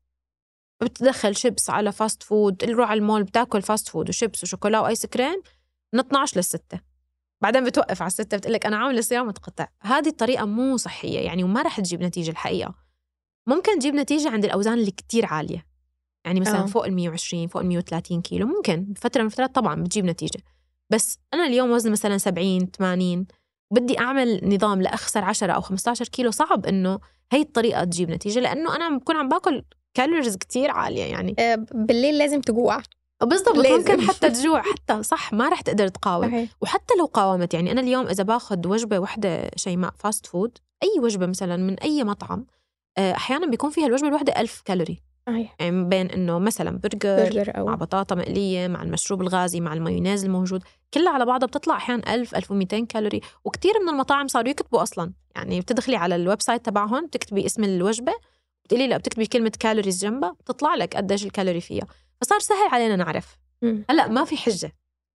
بتدخل شيبس على فاست فود، اللي روح على المول بتاكل فاست فود وشيبس وشوكولا وآيس كريم من اثناشر للستة، بعدين بتوقف على الستة بتقلك أنا عامل صيام متقطع. هذه الطريقة مو صحية يعني، وما رح تجيب نتيجة الحقيقة. ممكن تجيب نتيجة عند الأوزان اللي كتير عالية، يعني مثلا أوه. فوق المية وعشرين، فوق المية وثلاثين كيلو، ممكن فترة من فترات طبعا بتجيب نتيجة. بس أنا اليوم وزن مثلا سبعين ثمانين، بدي أعمل نظام لأخسر عشرة أو خمسة عشر كيلو، صعب إنه هاي الطريقة تجيب نتيجة، لأنه أنا بكون عم باكل كالوريز كتير عالية يعني. بالليل لازم تجوع بالضبط، ممكن حتى تجوع حتى صح، ما رح تقدر تقاوم. وحتى لو قاومت يعني، أنا اليوم إذا باخد وجبة واحدة شيماء فاست فود، أي وجبة مثلا من أي مطعم، أحيانا بيكون فيها الوجبة الواحدة ألف كالوري، يعني بين إنه مثلا برجر, برجر أو. مع بطاطا مقلية مع المشروب الغازي مع المايونيز الموجود، كلها على بعضها بتطلع أحيانا ألف ألف ومئتين كالوري. وكتير من المطاعم صاروا يكتبوا أصلا، يعني بتدخلي على الويب سايت تبعهم بتكتبي اسم الوجبة بتقولي لا بتكتبي كلمة كالوريز جنبها بتطلع لك قديش الكالوري فيها. فصار سهل علينا نعرف. هلأ ما في حجة،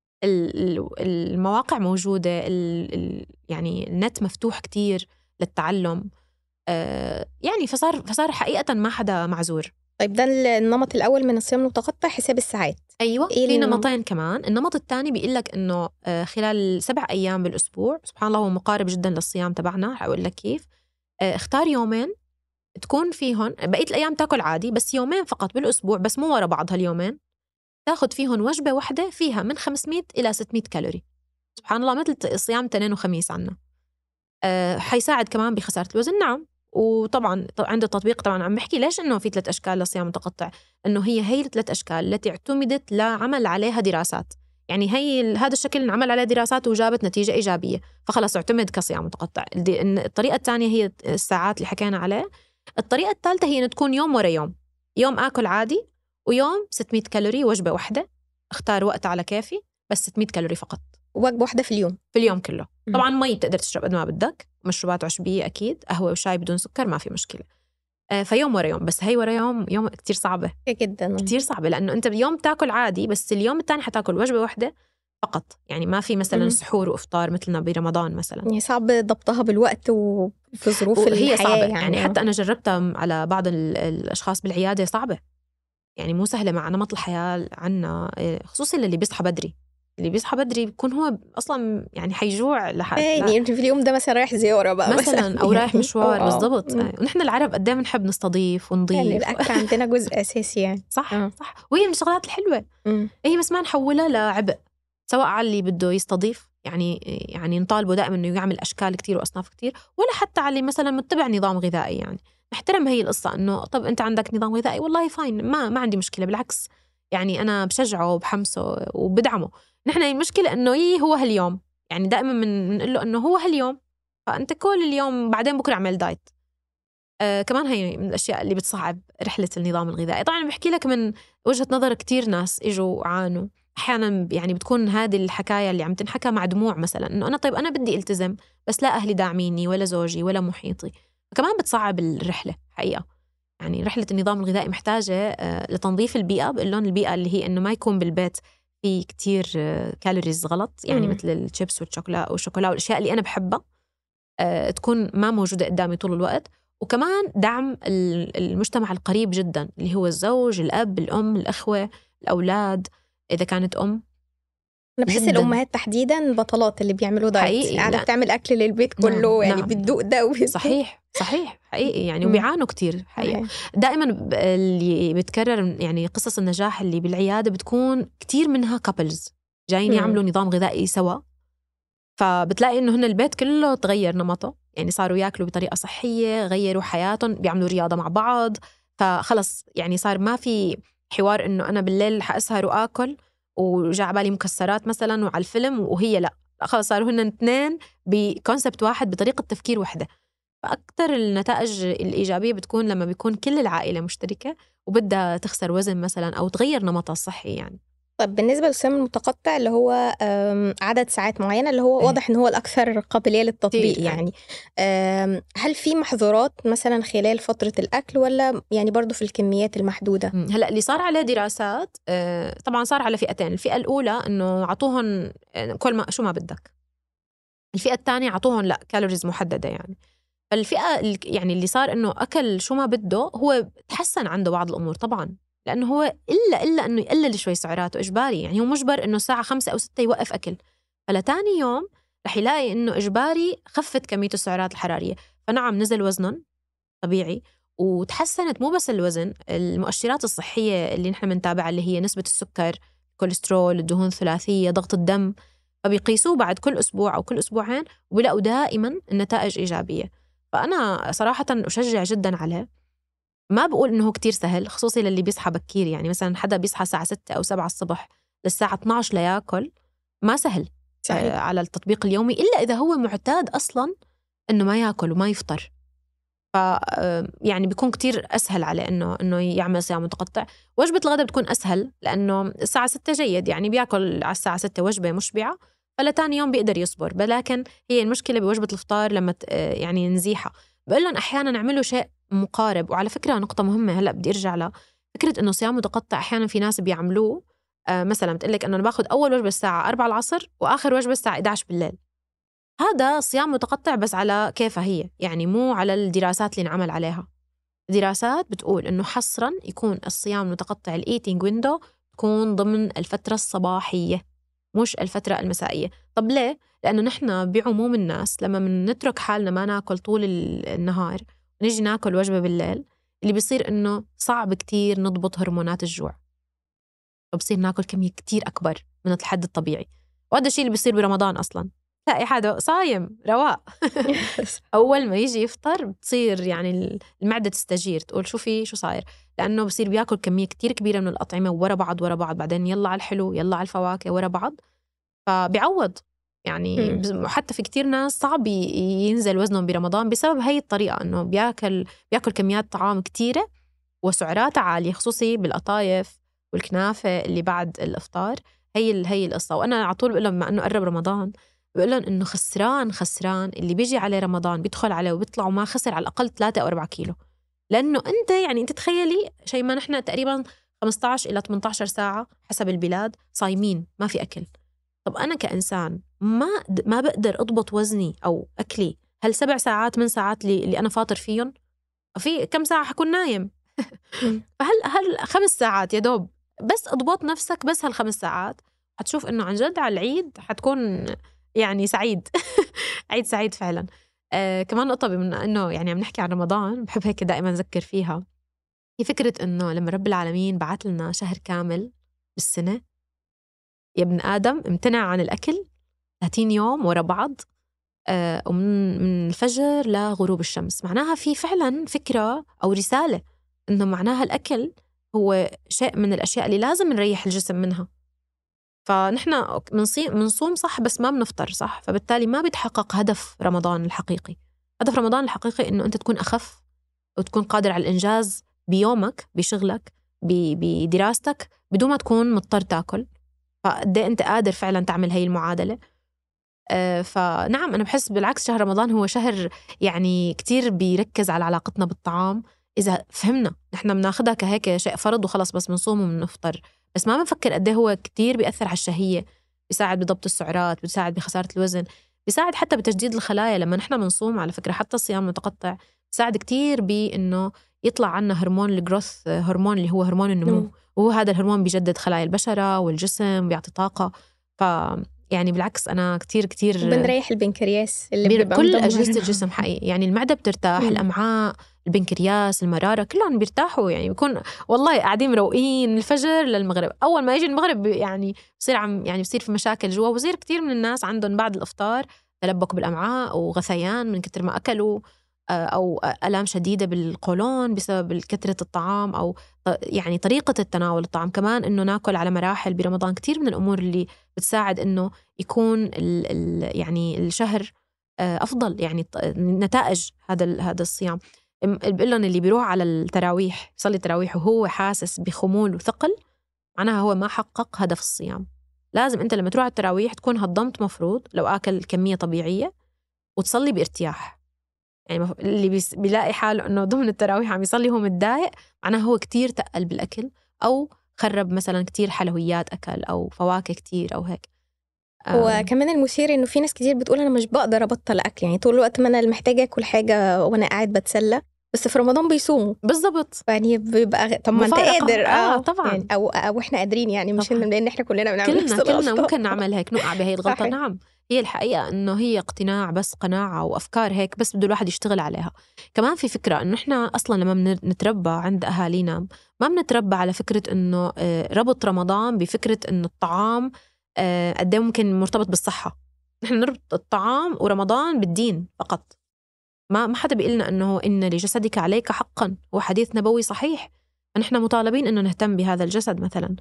المواقع موجودة، يعني النت مفتوح كتير للتعلم، يعني فصار فصار حقيقة ما حدا معذور. طيب ده النمط الأول من الصيام المتقطع، حساب الساعات. أيوة إيه في نمطين كمان. النمط الثاني بيقول لك إنه خلال سبع أيام بالأسبوع، سبحان الله هو مقارب جدا للصيام تبعنا. هقول لك كيف. اختار يومين تكون فيهن، بقية الأيام تاكل عادي، بس يومين فقط بالأسبوع، بس مو ورا بعض هاليومين، تاخد فيهن وجبة واحدة فيها من خمسمية إلى ستمية كالوري. سبحان الله مثل صيام تنين وخميس عنا. أه حيساعد كمان بخسارة الوزن. نعم. وطبعا عنده تطبيق. طبعا عم بحكي ليش إنه في ثلاث أشكال للصيام متقطع، إنه هي هي الثلاث أشكال التي اعتمدت لعمل عليها دراسات. يعني هي هذا الشكل انعمل عليه دراسات وجابت نتيجة إيجابية، فخلص اعتمد كصيام متقطع. الطريقة الثانية هي الساعات اللي حكينا عليه. الطريقة الثالثة هي إن تكون يوم ورا يوم، يوم آكل عادي ويوم ستمية كالوري وجبة واحدة. اختار وقت على كافي، بس ستمية كالوري فقط، وجبة واحدة في اليوم في اليوم كله. طبعا مي بتقدر تشرب قد ما بدك، مشروبات عشبية أكيد، قهوة وشاي بدون سكر ما في مشكلة. آه فيوم ورا يوم. بس هي ورا يوم يوم كتير صعبة جدا، كتير صعبة، لأنه أنت بيوم تاكل عادي، بس اليوم الثاني حتاكل وجبة واحدة فقط. يعني ما في مثلا سحور وإفطار مثلنا برمضان مثلا. يعني صعب ضبطها بالوقت وفي ظروف الحياة. هي صعبة يعني, يعني حتى أنا جربتها على بعض الأشخاص بالعيادة، صعبة يعني، مو سهلة مع نمط الحياة عنا، خصوصا اللي بيصحى بدري. اللي بيصحى بدري بيكون هو أصلا يعني حيجوع لحد يعني في اليوم ده مثلا رايح زيارة بقى مثلا, مثلاً أو رايح مشوار. بالضبط. مم. ونحن العرب قد ايه بنحب نستضيف ونضيف، يعني الأكل عندنا جزء أساسي يعني. صح أوه. صح. وهي من الشغلات الحلوة. مم. هي بس ما نحولها لعبء، سواء على اللي بده يستضيف، يعني يعني نطالبه دائما إنه يعمل أشكال كتير وأصناف كتير، ولا حتى على اللي مثلا متبع نظام غذائي. يعني نحترم هي القصة، إنه طب أنت عندك نظام غذائي والله فاين، ما ما عندي مشكلة، بالعكس يعني أنا بشجعه وبحمسه وبدعمه. نحن المشكلة إنه إيه هو هاليوم، يعني دائما من بنقول له إنه هو هاليوم، فأنت كل اليوم بعدين بكرة اعمل دايت. آه كمان هي من الأشياء اللي بتصعب رحلة النظام الغذائي. طبعا بحكي لك من وجهة نظر كتير ناس إجوا عانوا. أحيانا يعني بتكون هذه الحكاية اللي عم تنحكى مع دموع مثلا، إنه أنا طيب أنا بدي التزم بس لا أهلي داعميني ولا زوجي ولا محيطي. كمان بتصعب الرحلة حقيقة. يعني رحلة النظام الغذائي محتاجة آه لتنظيف البيئة. بقول لهم البيئة اللي هي إنه ما يكون بالبيت في كتير آه كالوريز غلط، يعني م. مثل الشيبس والشوكولا والشوكولا والأشياء اللي أنا بحبها آه تكون ما موجودة قدامي طول الوقت. وكمان دعم المجتمع القريب جدا، اللي هو الزوج، الأب، الأم، الأخوة، الأولاد إذا كانت أم. أنا بحس الأمهات تحديدا بطلات اللي بيعملوا دايت، قاعدة بتعمل أكل للبيت كله. نعم. يعني نعم. بتدوق ده وبتدوق. صحيح صحيح حقيقي يعني. وبيعانوا كتير حقيقة. دائما اللي بتكرر يعني قصص النجاح اللي بالعيادة بتكون كتير منها كابلز جايين يعملوا نظام غذائي سوا، فبتلاقي إنه هن البيت كله تغير نمطه، يعني صاروا ياكلوا بطريقة صحية، غيروا حياتهم، بيعملوا رياضة مع بعض، فخلص يعني صار ما في حوار إنه أنا بالليل حأسهر وآكل وجاء بالي مكسرات مثلا وعلى الفيلم، وهي لا خلص صاروا هن اثنين بكونسبت واحد، بطريقة تفكير واحدة. فأكتر النتائج الإيجابية بتكون لما بيكون كل العائلة مشتركة وبدها تخسر وزن مثلا أو تغير نمطها الصحي يعني. طب بالنسبة للصيام المتقطع اللي هو عدد ساعات معينة، اللي هو واضح إن هو الأكثر قابلية للتطبيق يعني، هل في محظورات مثلا خلال فترة الأكل ولا يعني برضو في الكميات المحدودة؟ هلأ اللي صار عليه دراسات طبعا صار على فئتين. الفئة الأولى إنه عطوهن كل ما شو ما بدك، الفئة الثانية عطوهن لا كالوريز محددة يعني. فالفئة يعني اللي صار إنه أكل شو ما بده، هو تحسن عنده بعض الأمور طبعا، لأنه هو إلا إلا إنه يقلل شوي سعراته إجباري. يعني هو مجبر إنه الساعة خمسة أو ستة يوقف أكل، فلتاني يوم رح يلاقي إنه إجباري خفت كمية السعرات الحرارية، فنعم نزل وزنه طبيعي وتحسنت مو بس الوزن، المؤشرات الصحية اللي نحن منتابعها اللي هي نسبة السكر، الكوليسترول، الدهون الثلاثية، ضغط الدم، فبيقيسوه بعد كل أسبوع أو كل أسبوعين وبيلاقوا دائما النتائج إيجابية. فأنا صراحة أشجع جدا عليه. ما بقول إنه هو كتير سهل، خصوصي للي بيصحى بكير، يعني مثلا حدا بيصحى الساعة ستة أو سبعة الصبح للساعة اثنا عشر لياكل، ما سهل صحيح. آه على التطبيق اليومي، إلا إذا هو معتاد أصلا إنه ما ياكل وما يفطر، ف يعني بيكون كتير أسهل عليه إنه إنه يعمل صيام متقطع. وجبة الغداء بتكون أسهل لأنه الساعة ستة جيد، يعني بياكل على الساعة ستة وجبة مشبعة، فلتاني يوم بيقدر يصبر. ولكن هي المشكلة بوجبة الفطار لما يعني نزيحة. بقول لهم أحيانا نعملوا شيء مقارب. وعلى فكرة نقطة مهمة هلأ بدي أرجع لها، فكرة إنه صيام متقطع أحيانا في ناس بيعملوه آه مثلا بتقلك إنه أنا باخد أول وجبة الساعة أربعة العصر وآخر وجبة الساعة إحدى عشر بالليل. هذا صيام متقطع بس على كيفها هي، يعني مو على الدراسات اللي نعمل عليها. دراسات بتقول إنه حصرا يكون الصيام المتقطع الإيتينج ويندو تكون ضمن الفترة الصباحية مش الفترة المسائية. طب ليه؟ لأنه نحن بعموم الناس لما نترك حالنا ما ناكل طول النهار ونيجي ناكل وجبة بالليل، اللي بيصير إنه صعب كتير نضبط هرمونات الجوع، وبصير ناكل كمية كتير أكبر من الحد الطبيعي. وهذا الشيء اللي بيصير برمضان أصلاً. تلاقي حدا صايم رواق أول ما يجي يفطر بتصير يعني المعدة تستجير تقول شو في شو صاير، لأنه بصير بياكل كمية كتير كبيرة من الأطعمة ورا بعض ورا بعض، بعدين يلا على الحلو يلا على الفواكه ورا بعض، فبيعوض يعني. حتى في كتير ناس صعب ينزل وزنهم برمضان بسبب هاي الطريقة، إنه بياكل بياكل كميات طعام كتيرة وسعرات عالية، خصوصي بالقطايف والكنافة اللي بعد الإفطار. هي هي القصة. وأنا على طول بقول لهم مع إنه قرب رمضان بقول لهم إنه خسران خسران اللي بيجي عليه رمضان بيدخل عليه وبيطلع وما خسر على الأقل ثلاثة أو أربعة كيلو، لأنه أنت يعني أنت تخيلي شيء ما نحن تقريبا خمسة عشر إلى ثمانية عشر ساعة حسب البلاد صايمين ما في أكل. طب أنا كإنسان ما ما بقدر أضبط وزني أو أكلي هل سبع ساعات من ساعات اللي, اللي أنا فاطر فيهم، في كم ساعة حكون نايم فهل هل خمس ساعات يا دوب بس اضبط نفسك، بس هالخمس ساعات هتشوف إنه عن جد على العيد حتكون يعني سعيد عيد سعيد فعلا. آه كمان نقطة بما إنه يعني عم نحكي عن رمضان بحب هيك دائما أذكر فيها، هي فكرة إنه لما رب العالمين بعت لنا شهر كامل بالسنة يا ابن آدم امتنع عن الأكل ثلاثين يوم ورا بعض آه ومن من الفجر لغروب الشمس، معناها في فعلا فكرة أو رسالة إنه معناها الأكل هو شيء من الأشياء اللي لازم نريح الجسم منها. فنحن منصوم صح بس ما بنفطر صح، فبالتالي ما بيتحقق هدف رمضان الحقيقي. هدف رمضان الحقيقي إنه أنت تكون أخف وتكون قادر على الإنجاز بيومك بشغلك بدراستك بدون ما تكون مضطر تاكل. فقد أنت قادر فعلا تعمل هاي المعادلة. آه فنعم أنا بحس بالعكس شهر رمضان هو شهر يعني كتير بيركز على علاقتنا بالطعام. إذا فهمنا نحن بناخدها كهيك شيء فرض وخلص بس بنصوم وبنفطر، بس ما بنفكر قد ايه هو كتير بيأثر على الشهية، بيساعد بضبط السعرات، بيساعد بخسارة الوزن، بيساعد حتى بتجديد الخلايا. لما نحن بنصوم على فكرة حتى الصيام المتقطع بيساعد كتير بإنه يطلع عنا هرمون الجروث، هرمون اللي هو هرمون النمو م. وهو هذا الهرمون بيجدد خلايا البشرة والجسم بيعطي طاقة. ف يعني بالعكس أنا كتير كتير بنريح البنكرياس اللي بي... بيبقى كل أجهزة الجسم حقيقي، يعني المعدة بترتاح م. الأمعاء البنكرياس المرارة كلهم بيرتاحوا، يعني بيكون والله قاعدين مروقين من الفجر للمغرب. أول ما يجي المغرب يعني بصير عم يعني بصير في مشاكل جوا، وبصير كتير من الناس عندهم بعد الإفطار تلبك بالأمعاء وغثيان من كتر ما أكلوا، أو ألام شديدة بالقولون بسبب كثرة الطعام أو يعني طريقة التناول الطعام. كمان إنه ناكل على مراحل برمضان كتير من الأمور اللي بتساعد إنه يكون ال ال يعني الشهر أفضل، يعني نتائج هذا هذا الصيام. بقول لهم اللي بيروح على التراويح يصلي التراويح وهو حاسس بخمول وثقل معناها هو ما حقق هدف الصيام. لازم أنت لما تروح على التراويح تكون هضمت مفروض لو آكل كمية طبيعية وتصلي بارتياح. يعني اللي بيلاقي حاله إنه ضمن التراويح عم يصلي هو متضايق معناه هو كتير تقل بالأكل أو خرب مثلا كتير حلويات أكل أو فواكه كتير أو هيك. وكمان المثير إنه في ناس كتير بتقول أنا مش بقدر أبطل أكل، يعني طول الوقت ما أنا محتاجة أكل حاجة وأنا قاعد بتسلى، بس في رمضان بيصوموا بالضبط يعني بيبقى طب ما أنت قادر آه طبعا يعني أو أو إحنا قادرين يعني مش إن لأن إحنا كلنا بنعمل كلنا نفس الغلطة. كلنا ممكن نعمل هيك نوقع بهي الغلطة. نعم هي الحقيقة إنه هي اقتناع بس قناعة وأفكار هيك بس بده الواحد يشتغل عليها. كمان في فكرة إنه إحنا أصلا لما بنتربى عند أهالينا ما بنتربى على فكرة إنه ربط رمضان بفكرة إنه الطعام قد ايه ممكن مرتبط بالصحة. نحن نربط الطعام ورمضان بالدين فقط. ما ما حدا بيقلنا إنه إن لجسدك عليك حقا، هو حديث نبوي صحيح، فنحن مطالبين إنه نهتم بهذا الجسد مثلا.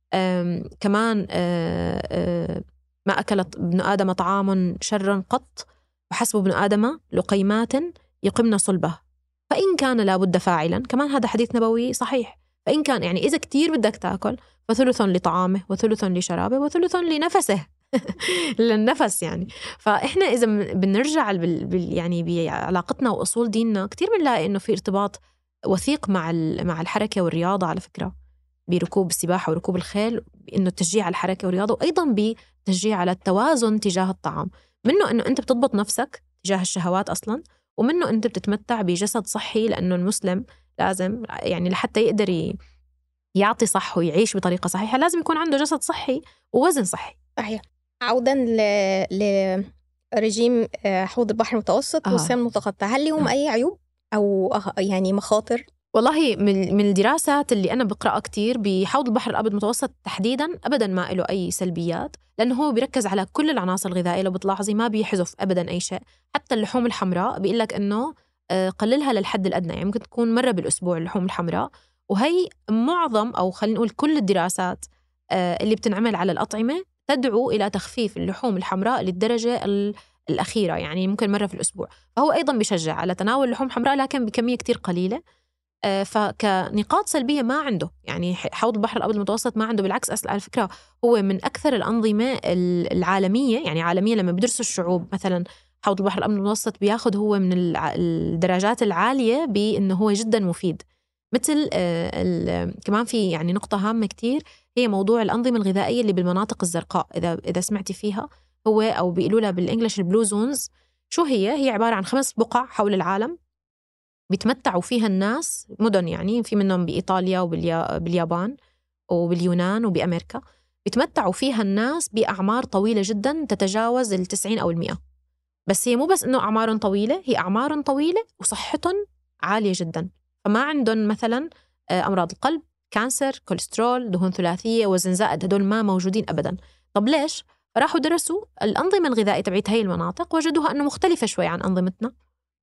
كمان آه آه ما أكلت ابن آدم طعاما شرا قط وحسب ابن آدم لقيمات يقمن صلبه فإن كان لابد فاعلا. كمان هذا حديث نبوي صحيح. فإن كان يعني إذا كتير بدك تاكل فثلث لطعامه وثلث لشرابه وثلث لنفسه للنفس يعني. فإحنا إذا بنرجع بال... بال... يعني بعلاقتنا وأصول ديننا كتير بنلاقي إنه في ارتباط وثيق مع ال... مع الحركة والرياضة على فكرة، بركوب السباحة وركوب الخيل، إنه التشجيع على الحركة والرياضة، وأيضا بتشجيع على التوازن تجاه الطعام، منه إنه أنت بتضبط نفسك تجاه الشهوات أصلا، ومنه أنت بتتمتع بجسد صحي، لأنه المسلم لازم يعني لحتى يقدر يعطي صح ويعيش بطريقة صحيحة لازم يكون عنده جسد صحي ووزن صحي. صحيح. عودا ل... لرجيم حوض البحر المتوسط آه. والصيام المتقطع، هل لهم أي عيوب أو يعني مخاطر؟ والله من من الدراسات اللي أنا بقرأها كتير بحوض البحر الأبيض المتوسط تحديداً أبداً ما له أي سلبيات، لأنه هو بيركز على كل العناصر الغذائية. لو بتلاحظي ما بيحذف أبداً أي شيء، حتى اللحوم الحمراء بيقول لك إنه قللها للحد الأدنى، يعني ممكن تكون مرة بالأسبوع اللحوم الحمراء. وهي معظم أو خلينا نقول كل الدراسات اللي بتنعمل على الأطعمة تدعو إلى تخفيف اللحوم الحمراء للدرجة الأخيرة، يعني ممكن مرة في الأسبوع. فهو أيضاً بيشجع على تناول اللحوم الحمراء لكن بكمية كتير قليلة. فكنقاط سلبية ما عنده، يعني حوض البحر الأبيض المتوسط ما عنده، بالعكس على فكرة هو من أكثر الأنظمة العالمية، يعني عالميا لما بدرسوا الشعوب مثلا حوض البحر الأبيض المتوسط بياخد هو من الدرجات العالية بأنه هو جدا مفيد. مثل كمان في يعني نقطة هامة كتير هي موضوع الأنظمة الغذائية اللي بالمناطق الزرقاء، إذا إذا سمعتي فيها، هو أو بيقولوا لها بالإنجليش البلو زونز. شو هي؟ هي عبارة عن خمس بقع حول العالم بيتمتعوا فيها الناس، مدن يعني في منهم بإيطاليا وباليابان وباليونان وبأمريكا، بيتمتعوا فيها الناس بأعمار طويلة جدا تتجاوز التسعين أو المئة. بس هي مو بس إنه أعمار طويلة، هي أعمار طويلة وصحتهم عالية جدا، فما عندهم مثلا أمراض القلب، كانسر، كوليسترول، دهون ثلاثية، وزن زائد، هدول ما موجودين أبدا. طب ليش؟ راحوا درسوا الأنظمة الغذائية تبعت هاي المناطق، وجدوها أنه مختلفة شوي عن أنظمتنا.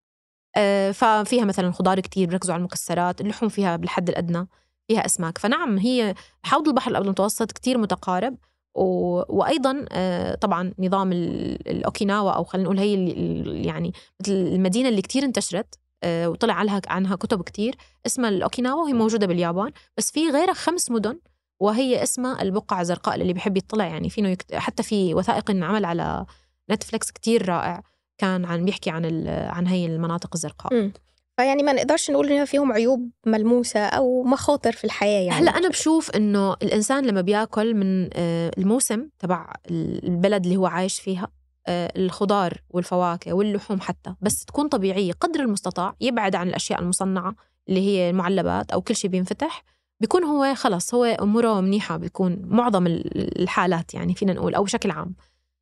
ففيها مثلا خضار كتير، بيركزوا على المكسرات، اللحوم فيها بالحد الأدنى، فيها أسماك. فنعم هي حوض البحر الأبيض المتوسط كتير متقارب. و... وأيضا طبعا نظام الأوكيناوا أو خلينا نقول هي اللي يعني مثل المدينة اللي كتير انتشرت وطلع عنها عنها كتب كتير، اسمها الأوكيناوا، وهي موجودة باليابان، بس في غيرها خمس مدن وهي اسمها البقعة الزرقاء. اللي بيحب يطلع يعني فينه يكت... حتى في وثائق انعمل على نتفليكس كتير رائع كان عن بيحكي عن عن هي المناطق الزرقاء. م. فيعني ما نقدرش نقول إنها فيهم عيوب ملموسة أو مخاطر في الحياة. يعني هلا أنا بشوف إنه الإنسان لما بياكل من الموسم تبع البلد اللي هو عايش فيها، الخضار والفواكه واللحوم حتى بس تكون طبيعية قدر المستطاع، يبعد عن الأشياء المصنعة اللي هي المعلبات أو كل شيء بينفتح، بيكون هو خلص هو أموره منيحة، بيكون معظم الحالات يعني فينا نقول أو بشكل عام.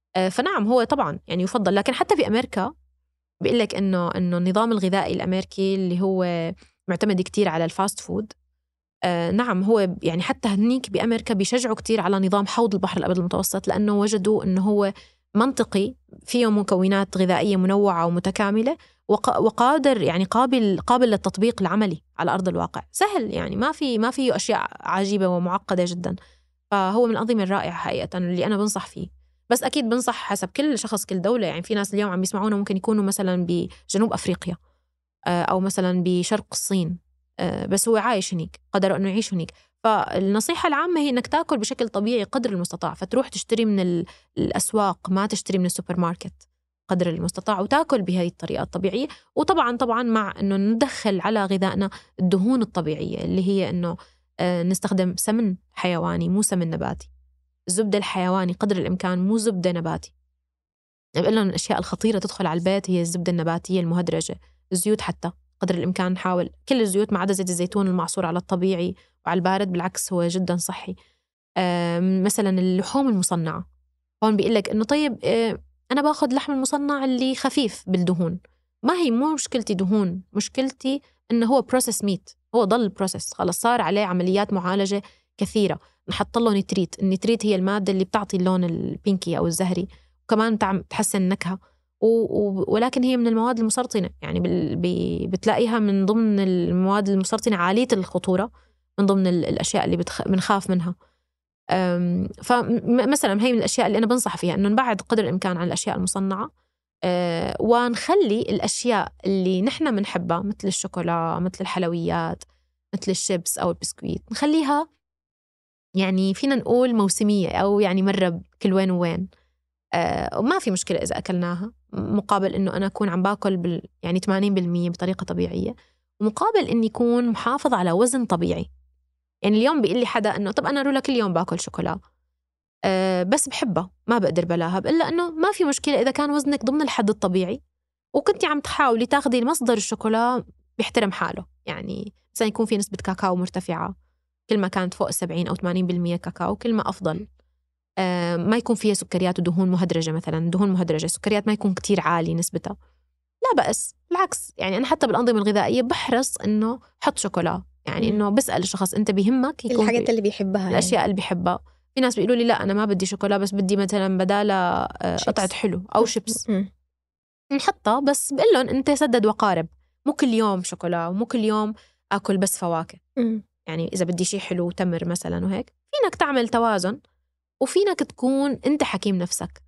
فنعم هو طبعا يعني يفضل. لكن حتى في أمريكا بيقول لك إنه إنه النظام الغذائي الأمريكي اللي هو معتمد كتير على الفاست فود، آه نعم هو يعني حتى هنيك بأمريكا بيشجعوا كتير على نظام حوض البحر الأبيض المتوسط، لأنه وجدوا إنه هو منطقي، فيه مكونات غذائية منوعة ومتكاملة، وق- وقادر يعني قابل قابل للتطبيق العملي على أرض الواقع، سهل يعني ما في ما فيه أشياء عجيبة ومعقدة جدا. فهو من الأنظمة الرائعة حقيقة اللي أنا بنصح فيه. بس أكيد بنصح حسب كل شخص كل دولة، يعني في ناس اليوم عم يسمعونا ممكن يكونوا مثلا بجنوب أفريقيا أو مثلا بشرق الصين، بس هو عايش هنيك، قدر أنه يعيش هنيك. فالنصيحة العامة هي أنك تأكل بشكل طبيعي قدر المستطاع، فتروح تشتري من الأسواق، ما تشتري من السوبر ماركت قدر المستطاع، وتأكل بهذه الطريقة الطبيعية. وطبعا طبعا مع أنه ندخل على غذائنا الدهون الطبيعية اللي هي أنه نستخدم سمن حيواني مو سمن نباتي، الزبدة الحيواني قدر الإمكان مو زبدة نباتي. بقول لهم الأشياء الخطيرة تدخل على البيت هي الزبدة النباتية المهدرجة، الزيوت حتى قدر الإمكان نحاول كل الزيوت ما عدا زيت الزيتون المعصور على الطبيعي وعلى البارد، بالعكس هو جدا صحي. مثلا اللحوم المصنعة، هون بيقول لك إنه طيب أنا باخد لحم المصنع اللي خفيف بالدهون، ما هي مو مشكلتي دهون، مشكلتي إنه هو بروسيس ميت، هو ضل بروسيس، خلص صار عليه عمليات معالجة كثيرة، نحط له نتريت. النتريت هي المادة اللي بتعطي اللون البينكي أو الزهري، وكمان بتحسن النكهة، ولكن هي من المواد المسرطنة، يعني بتلاقيها من ضمن المواد المسرطنة عالية الخطورة، من ضمن الأشياء اللي بنخاف منها. فمثلا هي من الأشياء اللي أنا بنصح فيها إنه نبعد قدر الإمكان عن الأشياء المصنعة، ونخلي الأشياء اللي نحن منحبها مثل الشوكولا، مثل الحلويات، مثل الشيبس أو البسكويت، نخليها يعني فينا نقول موسمية، أو يعني مرة كل وين وين. آه وما في مشكلة إذا أكلناها، مقابل إنه أنا أكون عم باكل بال يعني ثمانين بالمية بطريقة طبيعية، ومقابل إني أكون محافظ على وزن طبيعي. يعني اليوم بيقول لي حدا إنه طب أنا رولا كل يوم باكل شوكولا أه بس بحبها ما بقدر بلاها، إلا إنه ما في مشكلة إذا كان وزنك ضمن الحد الطبيعي وكنتي عم تحاولي تاخدي مصدر الشوكولا بيحترم حاله. يعني مثلا يكون في نسبة كاكاو مرتفعة، كل ما كانت فوق السبعين أو ثمانين بالمية كاكاو كل ما أفضل. أه ما يكون فيها سكريات ودهون مهدرجة، مثلا دهون مهدرجة سكريات ما يكون كتير عالي نسبتها، لا بأس بالعكس. يعني أنا حتى بالأنظمة الغذائية بحرص إنه حط شوكولا، يعني إنه بسأل الشخص أنت بيهمك يكون الحاجات اللي بيحبها، الأشياء يعني. اللي بيحبها. في ناس بيقولوا لي لا أنا ما بدي شوكولا بس بدي مثلا بدالة قطعة حلو أو شيبس، نحطها بس بقول لهم أنت سدد وقارب، مو كل يوم شوكولا ومو كل يوم أكل بس فواكه. م. يعني إذا بدي شيء حلو تمر مثلا وهيك فينك تعمل توازن، وفينك تكون أنت حكيم نفسك.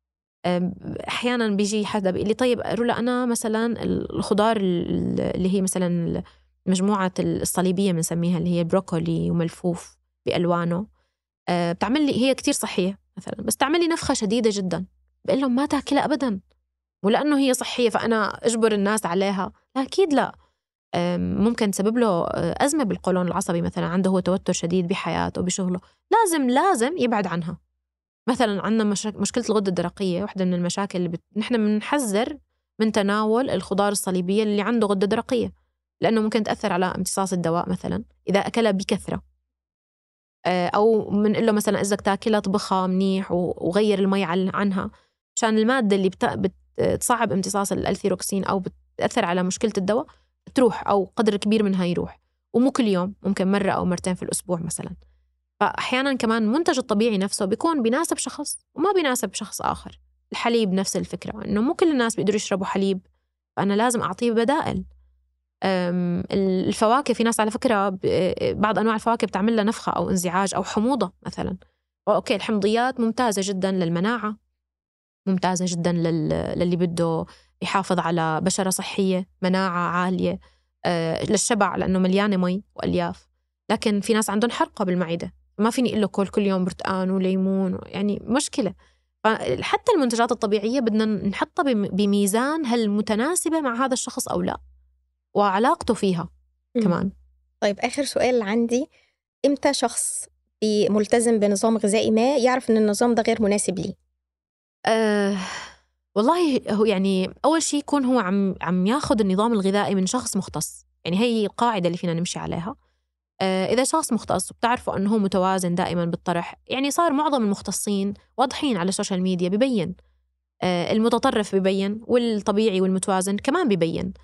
أحيانا بيجي حدا بيقول لي طيب رولا أنا مثلا الخضار اللي هي مثلا مجموعة الصليبية بنسميها اللي هي بروكولي وملفوف بألوانه أه بتعمل لي هي كتير صحية مثلا، بس تعمل لي نفخة شديدة جدا. بقول لهم ما تاكلها أبدا، ولأنه هي صحية فأنا أجبر الناس عليها؟ لا أكيد لا. ممكن تسبب له أزمة بالقولون العصبي مثلا، عنده هو توتر شديد بحياته وبشغله، لازم لازم يبعد عنها. مثلا عندنا مشاك... مشكلة الغدة الدرقية، واحدة من المشاكل اللي بت... نحن بنحذر من تناول الخضار الصليبية اللي عنده غدة درقية، لأنه ممكن تأثر على امتصاص الدواء مثلا إذا أكلها بكثرة. أو من له مثلا إذا تاكلها طبخها منيح وغير المي عنها، عشان المادة اللي بت... بتصعب امتصاص الألثيروكسين أو بتأثر على مشكلة الدواء تروح، أو قدر كبير منها يروح. ومو كل يوم، ممكن مرة أو مرتين في الأسبوع مثلا. فأحيانا كمان المنتج الطبيعي نفسه بيكون بيناسب شخص وما بيناسب شخص آخر. الحليب نفس الفكرة، إنه مو كل الناس بيقدروا يشربوا حليب، فأنا لازم أعطيه بدائل. الفواكه في ناس على فكرة بعض أنواع الفواكه بتعمل لها نفخة أو انزعاج أو حموضة مثلا. أوكي الحمضيات ممتازة جدا للمناعة، ممتازة جدا للي بده يحافظ على بشرة صحية، مناعة عالية، للشبع لأنه مليانة مي وألياف. لكن في ناس عندهم حرقة بالمعدة، ما فيني إقول له كل كل يوم برتقان وليمون، يعني مشكلة. حتى المنتجات الطبيعية بدنا نحطها بميزان هل متناسبة مع هذا الشخص أو لا، وعلاقته فيها م. كمان. طيب آخر سؤال عندي، إمتى شخص ملتزم بنظام غذائي ما يعرف إن النظام ده غير مناسب ليه؟ أه والله هو يعني أول شيء يكون هو عم عم ياخد النظام الغذائي من شخص مختص. يعني هي القاعدة اللي فينا نمشي عليها. أه إذا شخص مختص وبتعرفوا أنه هو متوازن دائما بالطرح، يعني صار معظم المختصين واضحين على السوشيال ميديا ببين، أه المتطرف ببين والطبيعي والمتوازن كمان ببين.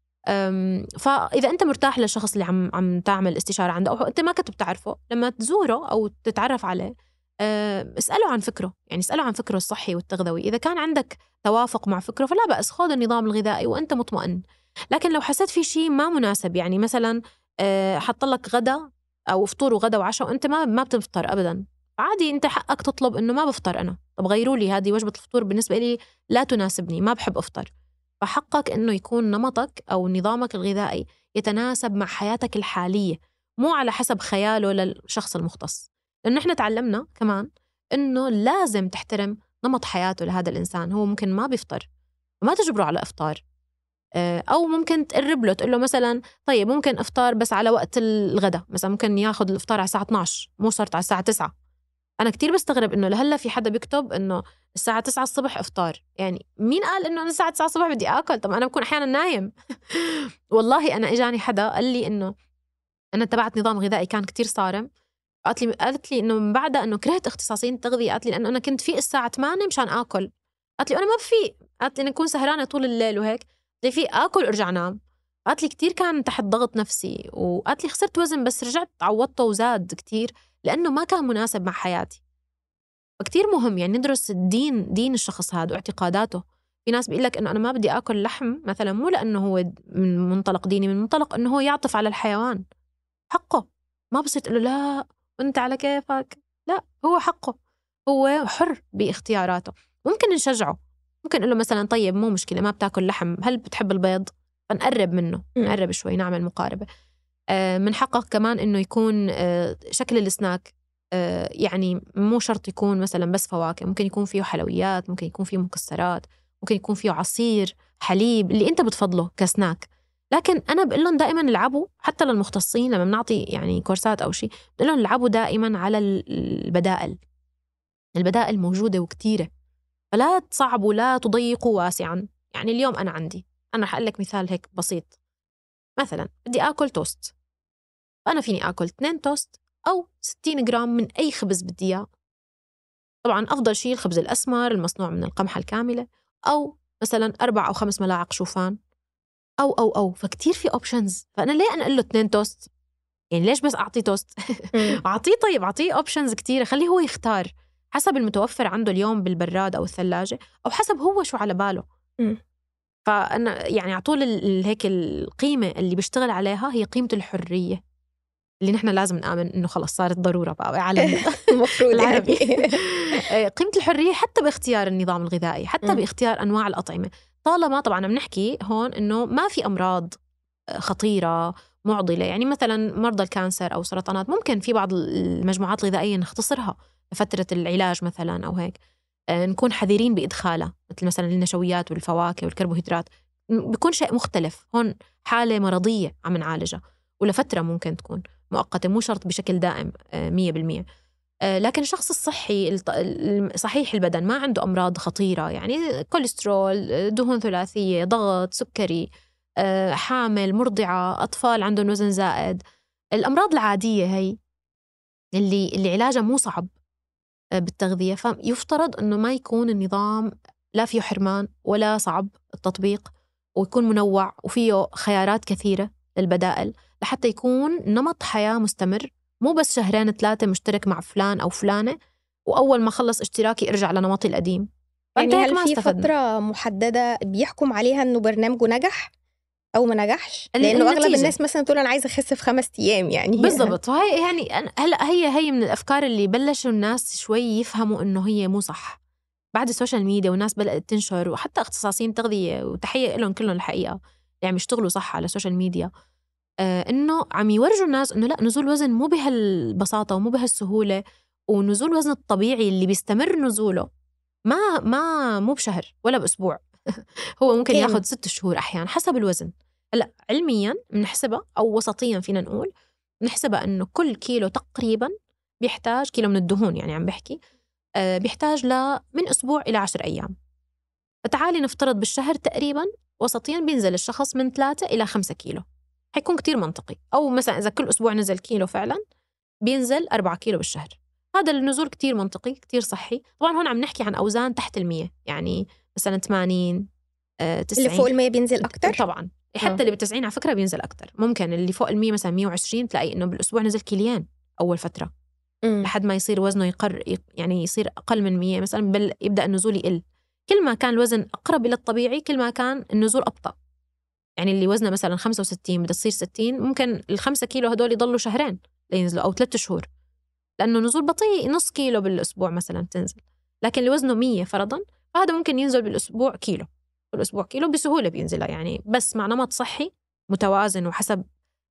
فإذا أنت مرتاح للشخص اللي عم عم تعمل استشارة عنده، أو أنت ما كنت بتعرفه، لما تزوره أو تتعرف عليه اسأله عن فكره، يعني اسأله عن فكره الصحي والتغذوي. إذا كان عندك توافق مع فكره فلا بأس، خذ النظام الغذائي وأنت مطمئن. لكن لو حسيت في شيء ما مناسب، يعني مثلا حط لك غدا أو فطور وغدا وعشاء وأنت ما ما بتفطر أبدا، عادي أنت حقك تطلب إنه ما بفطر أنا، طب غيروا لي هذه وجبة الفطور بالنسبة لي لا تناسبني، ما بحب أفطر. فحقك إنه يكون نمطك أو نظامك الغذائي يتناسب مع حياتك الحالية، مو على حسب خياله للشخص المختص. لأنه إحنا تعلمنا كمان إنه لازم تحترم نمط حياته لهذا الإنسان. هو ممكن ما بيفطر، ما تجبره على إفطار، أو ممكن تقرب له تقول له مثلا طيب ممكن إفطار بس على وقت الغداء، مثلا ممكن ياخد الإفطار على الساعة اثنا عشر مو صارت على الساعة تسعة. أنا كتير بستغرب إنه لهلا في حدا بيكتب إنه الساعة تسعة الصبح إفطار. يعني مين قال إنه أنا الساعة تسعة الصبح بدي آكل؟ طب أنا بكون أحيانا نايم. والله أنا إجاني حدا قال لي إنه أنا تبعت نظام غذائي كان كتير صارم، قالت لي قالت لي إنه من بعدها إنه كرهت اختصاصين التغذية. قالت لي لأنه أنا كنت في الساعة ثمانية مشان آكل. قالت لي أنا ما بفيق، قالت لي أنا أكون سهرانة طول الليل وهيك، قالت لي في آكل أرجع نام. قالت لي كتير كان تحت ضغط نفسي، وقالت لي خسرت وزن بس رجعت عوضته وزاد كتير لأنه ما كان مناسب مع حياتي. فكتير مهم يعني ندرس الدين، دين الشخص هذا واعتقاداته. في ناس بيقول لك إنه أنا ما بدي آكل لحم مثلا، مو لأنه هو من منطلق ديني، من منطلق إنه هو يعطف على الحيوان، حقه. ما بصير تقول له لا وانت على كيفك، لا هو حقه، هو حر باختياراته. ممكن نشجعه، ممكن نقول له مثلا طيب مو مشكلة ما بتاكل لحم، هل بتحب البيض؟ فنقرب منه، نقرب شوي، نعمل مقاربة. آه من حقك كمان إنه يكون آه شكل السناك آه يعني مو شرط يكون مثلا بس فواكه، ممكن يكون فيه حلويات، ممكن يكون فيه مكسرات، ممكن يكون فيه عصير، حليب، اللي انت بتفضله كسناك. لكن انا بقول لهم دائما العبوا، حتى للمختصين لما بنعطي يعني كورسات او شيء بقول لهم العبوا دائما على البدائل. البدائل موجوده وكتيره، فلا تصعبوا لا تضيقوا واسعا. يعني اليوم انا عندي، انا رح اقول لك مثال هيك بسيط. مثلا بدي اكل توست، فانا فيني اكل اثنين توست او ستين جرام من اي خبز بدي اياه. طبعا افضل شيء الخبز الاسمر المصنوع من القمحه الكامله، او مثلا اربع او خمس ملاعق شوفان، او او او فكتير في اوبشنز. فانا ليه انا اقول له اثنين توست؟ يعني ليش بس اعطيه توست؟ اعطيه طيب اعطيه اوبشنز كتيره، خليه هو يختار حسب المتوفر عنده اليوم بالبراد او الثلاجه، او حسب هو شو على باله. م. فانا يعني على طول هيك القيمه اللي بيشتغل عليها هي قيمه الحريه، اللي نحن لازم نآمن إنه خلص صارت ضرورة بقى بعالمنا المفروض العربي. يعني. قيمة الحرية حتى باختيار النظام الغذائي، حتى م. باختيار أنواع الأطعمة، طالما طبعا بنحكي هون إنه ما في أمراض خطيرة معضلة. يعني مثلا مرضى الكانسر أو سرطانات ممكن في بعض المجموعات الغذائية نختصرها لفترة العلاج مثلا، أو هيك نكون حذرين بإدخالها، مثل مثلا النشويات والفواكه والكربوهيدرات، بيكون شيء مختلف. هون حالة مرضية عم نعالجها ولفترة ممكن تكون مؤقتة، مو شرط بشكل دائم مية بالمية. لكن الشخص الصحي صحيح البدن ما عنده أمراض خطيرة، يعني كوليسترول، دهون ثلاثية، ضغط، سكري، حامل، مرضعة، أطفال عندهم وزن زائد، الأمراض العادية هي اللي اللي علاجها مو صعب بالتغذية، فيفترض أنه ما يكون النظام لا فيه حرمان ولا صعب التطبيق، ويكون منوع وفيه خيارات كثيرة للبدائل لحتى يكون نمط حياة مستمر، مو بس شهرين ثلاثة مشترك مع فلان أو فلانة وأول ما خلص اشتراكي ارجع لنمطي القديم. يعني هل في فترة محددة بيحكم عليها أنه برنامجه نجح أو ما نجحش؟ لأنه أغلب الناس مثلا تقول أنا عايزة أخس في خمس أيام يعني. بالضبط. وهي يعني هلأ هي هي من الأفكار اللي بلشوا الناس شوي يفهموا إنه هي مو صح بعد السوشيال ميديا، والناس بدأت تنشر، وحتى اختصاصيين تغذية وتحية لهم كلهم الحقيقة يعني يشتغلوا صح على السوشيال ميديا، آه إنه عم يورجوا الناس إنه لا، نزول وزن مو بهالبساطة ومو بهالسهولة، ونزول وزن الطبيعي اللي بيستمر نزوله ما ما مو بشهر ولا بأسبوع هو ممكن ياخد ست شهور أحيانا حسب الوزن. هلا علميا بنحسبها أو وسطيا فينا نقول نحسبها إنه كل كيلو تقريبا بيحتاج كيلو من الدهون، يعني عم بحكي آه بيحتاج ل من أسبوع إلى عشر أيام. فتعالي نفترض بالشهر تقريبا وسطيا بينزل الشخص من ثلاثة إلى خمسة كيلو، حيكون كتير منطقي. أو مثلا إذا كل أسبوع نزل كيلو فعلا بينزل أربعة كيلو بالشهر، هذا النزول كتير منطقي كتير صحي. طبعا هون عم نحكي عن أوزان تحت المية، يعني مثلا ثمانين آه، تسعين. اللي فوق المية بينزل أكتر طبعا، حتى أوه. اللي بالتسعين على فكرة بينزل أكتر. ممكن اللي فوق المية مثلا مية وعشرين تلاقي إنه بالأسبوع نزل كيلين أول فترة م. لحد ما يصير وزنه يقر يعني يصير أقل من مية مثلا، بل يبدأ النزول يقل. كل ما كان الوزن أقرب إلى الطبيعي كل ما كان النزول أبطأ. يعني اللي وزنه مثلا خمسة وستين بدها تصير ستين، ممكن الخمسة كيلو هدول يضلوا شهرين لينزلوا أو ثلاثة شهور، لأنه نزول بطيء، نص كيلو بالأسبوع مثلا تنزل. لكن اللي وزنه مية فرضا فهذا ممكن ينزل بالأسبوع كيلو، بالأسبوع كيلو بسهولة بينزلها، يعني بس مع نمط صحي متوازن وحسب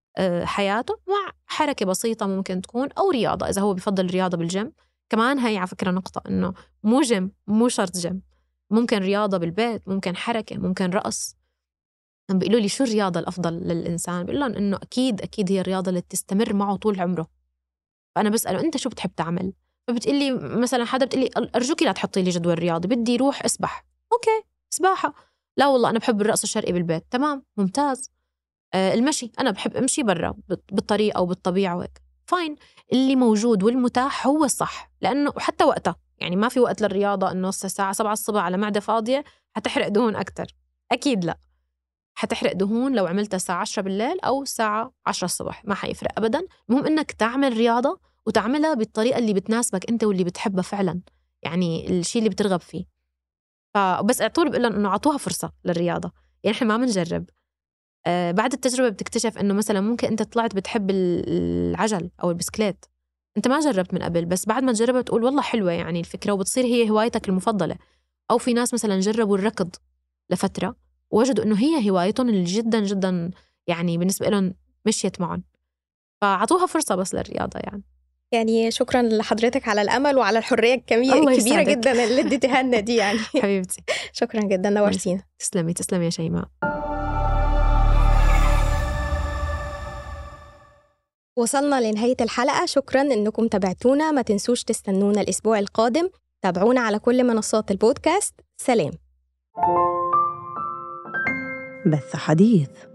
حياته، مع حركة بسيطة ممكن تكون، أو رياضة إذا هو بفضل الرياضة بالجيم. كمان هي على فكرة نقطة إنه مو جيم مو شرط جيم، ممكن رياضة بالبيت، ممكن حركة، ممكن رقص. بيقولوا لي شو الرياضة الأفضل للإنسان؟ بيقول لهم إنه أكيد أكيد هي الرياضة اللي تستمر معه طول عمره. فأنا بسأله أنت شو بتحب تعمل؟ فبتقلي مثلا حدا بتقلي أرجوكي لا تحطي لي جدول رياضي، بدي روح أسبح. أوكي سباحة. لا والله أنا بحب الرقص الشرقي بالبيت. تمام ممتاز. آه المشي، أنا بحب أمشي برا بالطريق أو بالطبيعة وهيك. فاين. اللي موجود والمتاح هو الصح، لأنه حتى وقتها يعني ما في وقت للرياضة إنه الساعة سبعة الصبح على معدة فاضية حتحرق دهون أكتر. أكيد لا، حتحرق دهون لو عملتها الساعة عشرة بالليل أو الساعة عشرة الصبح، ما حيفرق أبدا. المهم إنك تعمل رياضة وتعملها بالطريقة اللي بتناسبك أنت واللي بتحبها فعلا، يعني الشيء اللي بترغب فيه. فبس أعطول بقول لهم إنه عطوها فرصة للرياضة. يعني إحنا ما بنجرب. آه بعد التجربة بتكتشف إنه مثلا ممكن أنت طلعت بتحب العجل أو البسكليت، أنت ما جربت من قبل، بس بعد ما تجربت تقول والله حلوة يعني الفكرة، وبتصير هي هوايتك المفضلة. أو في ناس مثلا جربوا الركض لفترة ووجدوا إنه هي هوايتهم اللي جدا جدا يعني بالنسبة لهم مشيت معهم، فعطوها فرصة بس للرياضة يعني. يعني شكرا لحضرتك على الأمل وعلى الحرية الكبيرة الكبيرة جدا اللي اديتها لنا دي يعني. حبيبتي شكرا جدا، نورتينا. تسلمي تسلمي يا شيماء. وصلنا لنهاية الحلقة، شكرا إنكم تابعتونا، ما تنسوش تستنونا الأسبوع القادم، تابعونا على كل منصات البودكاست. سلام. بث حديث.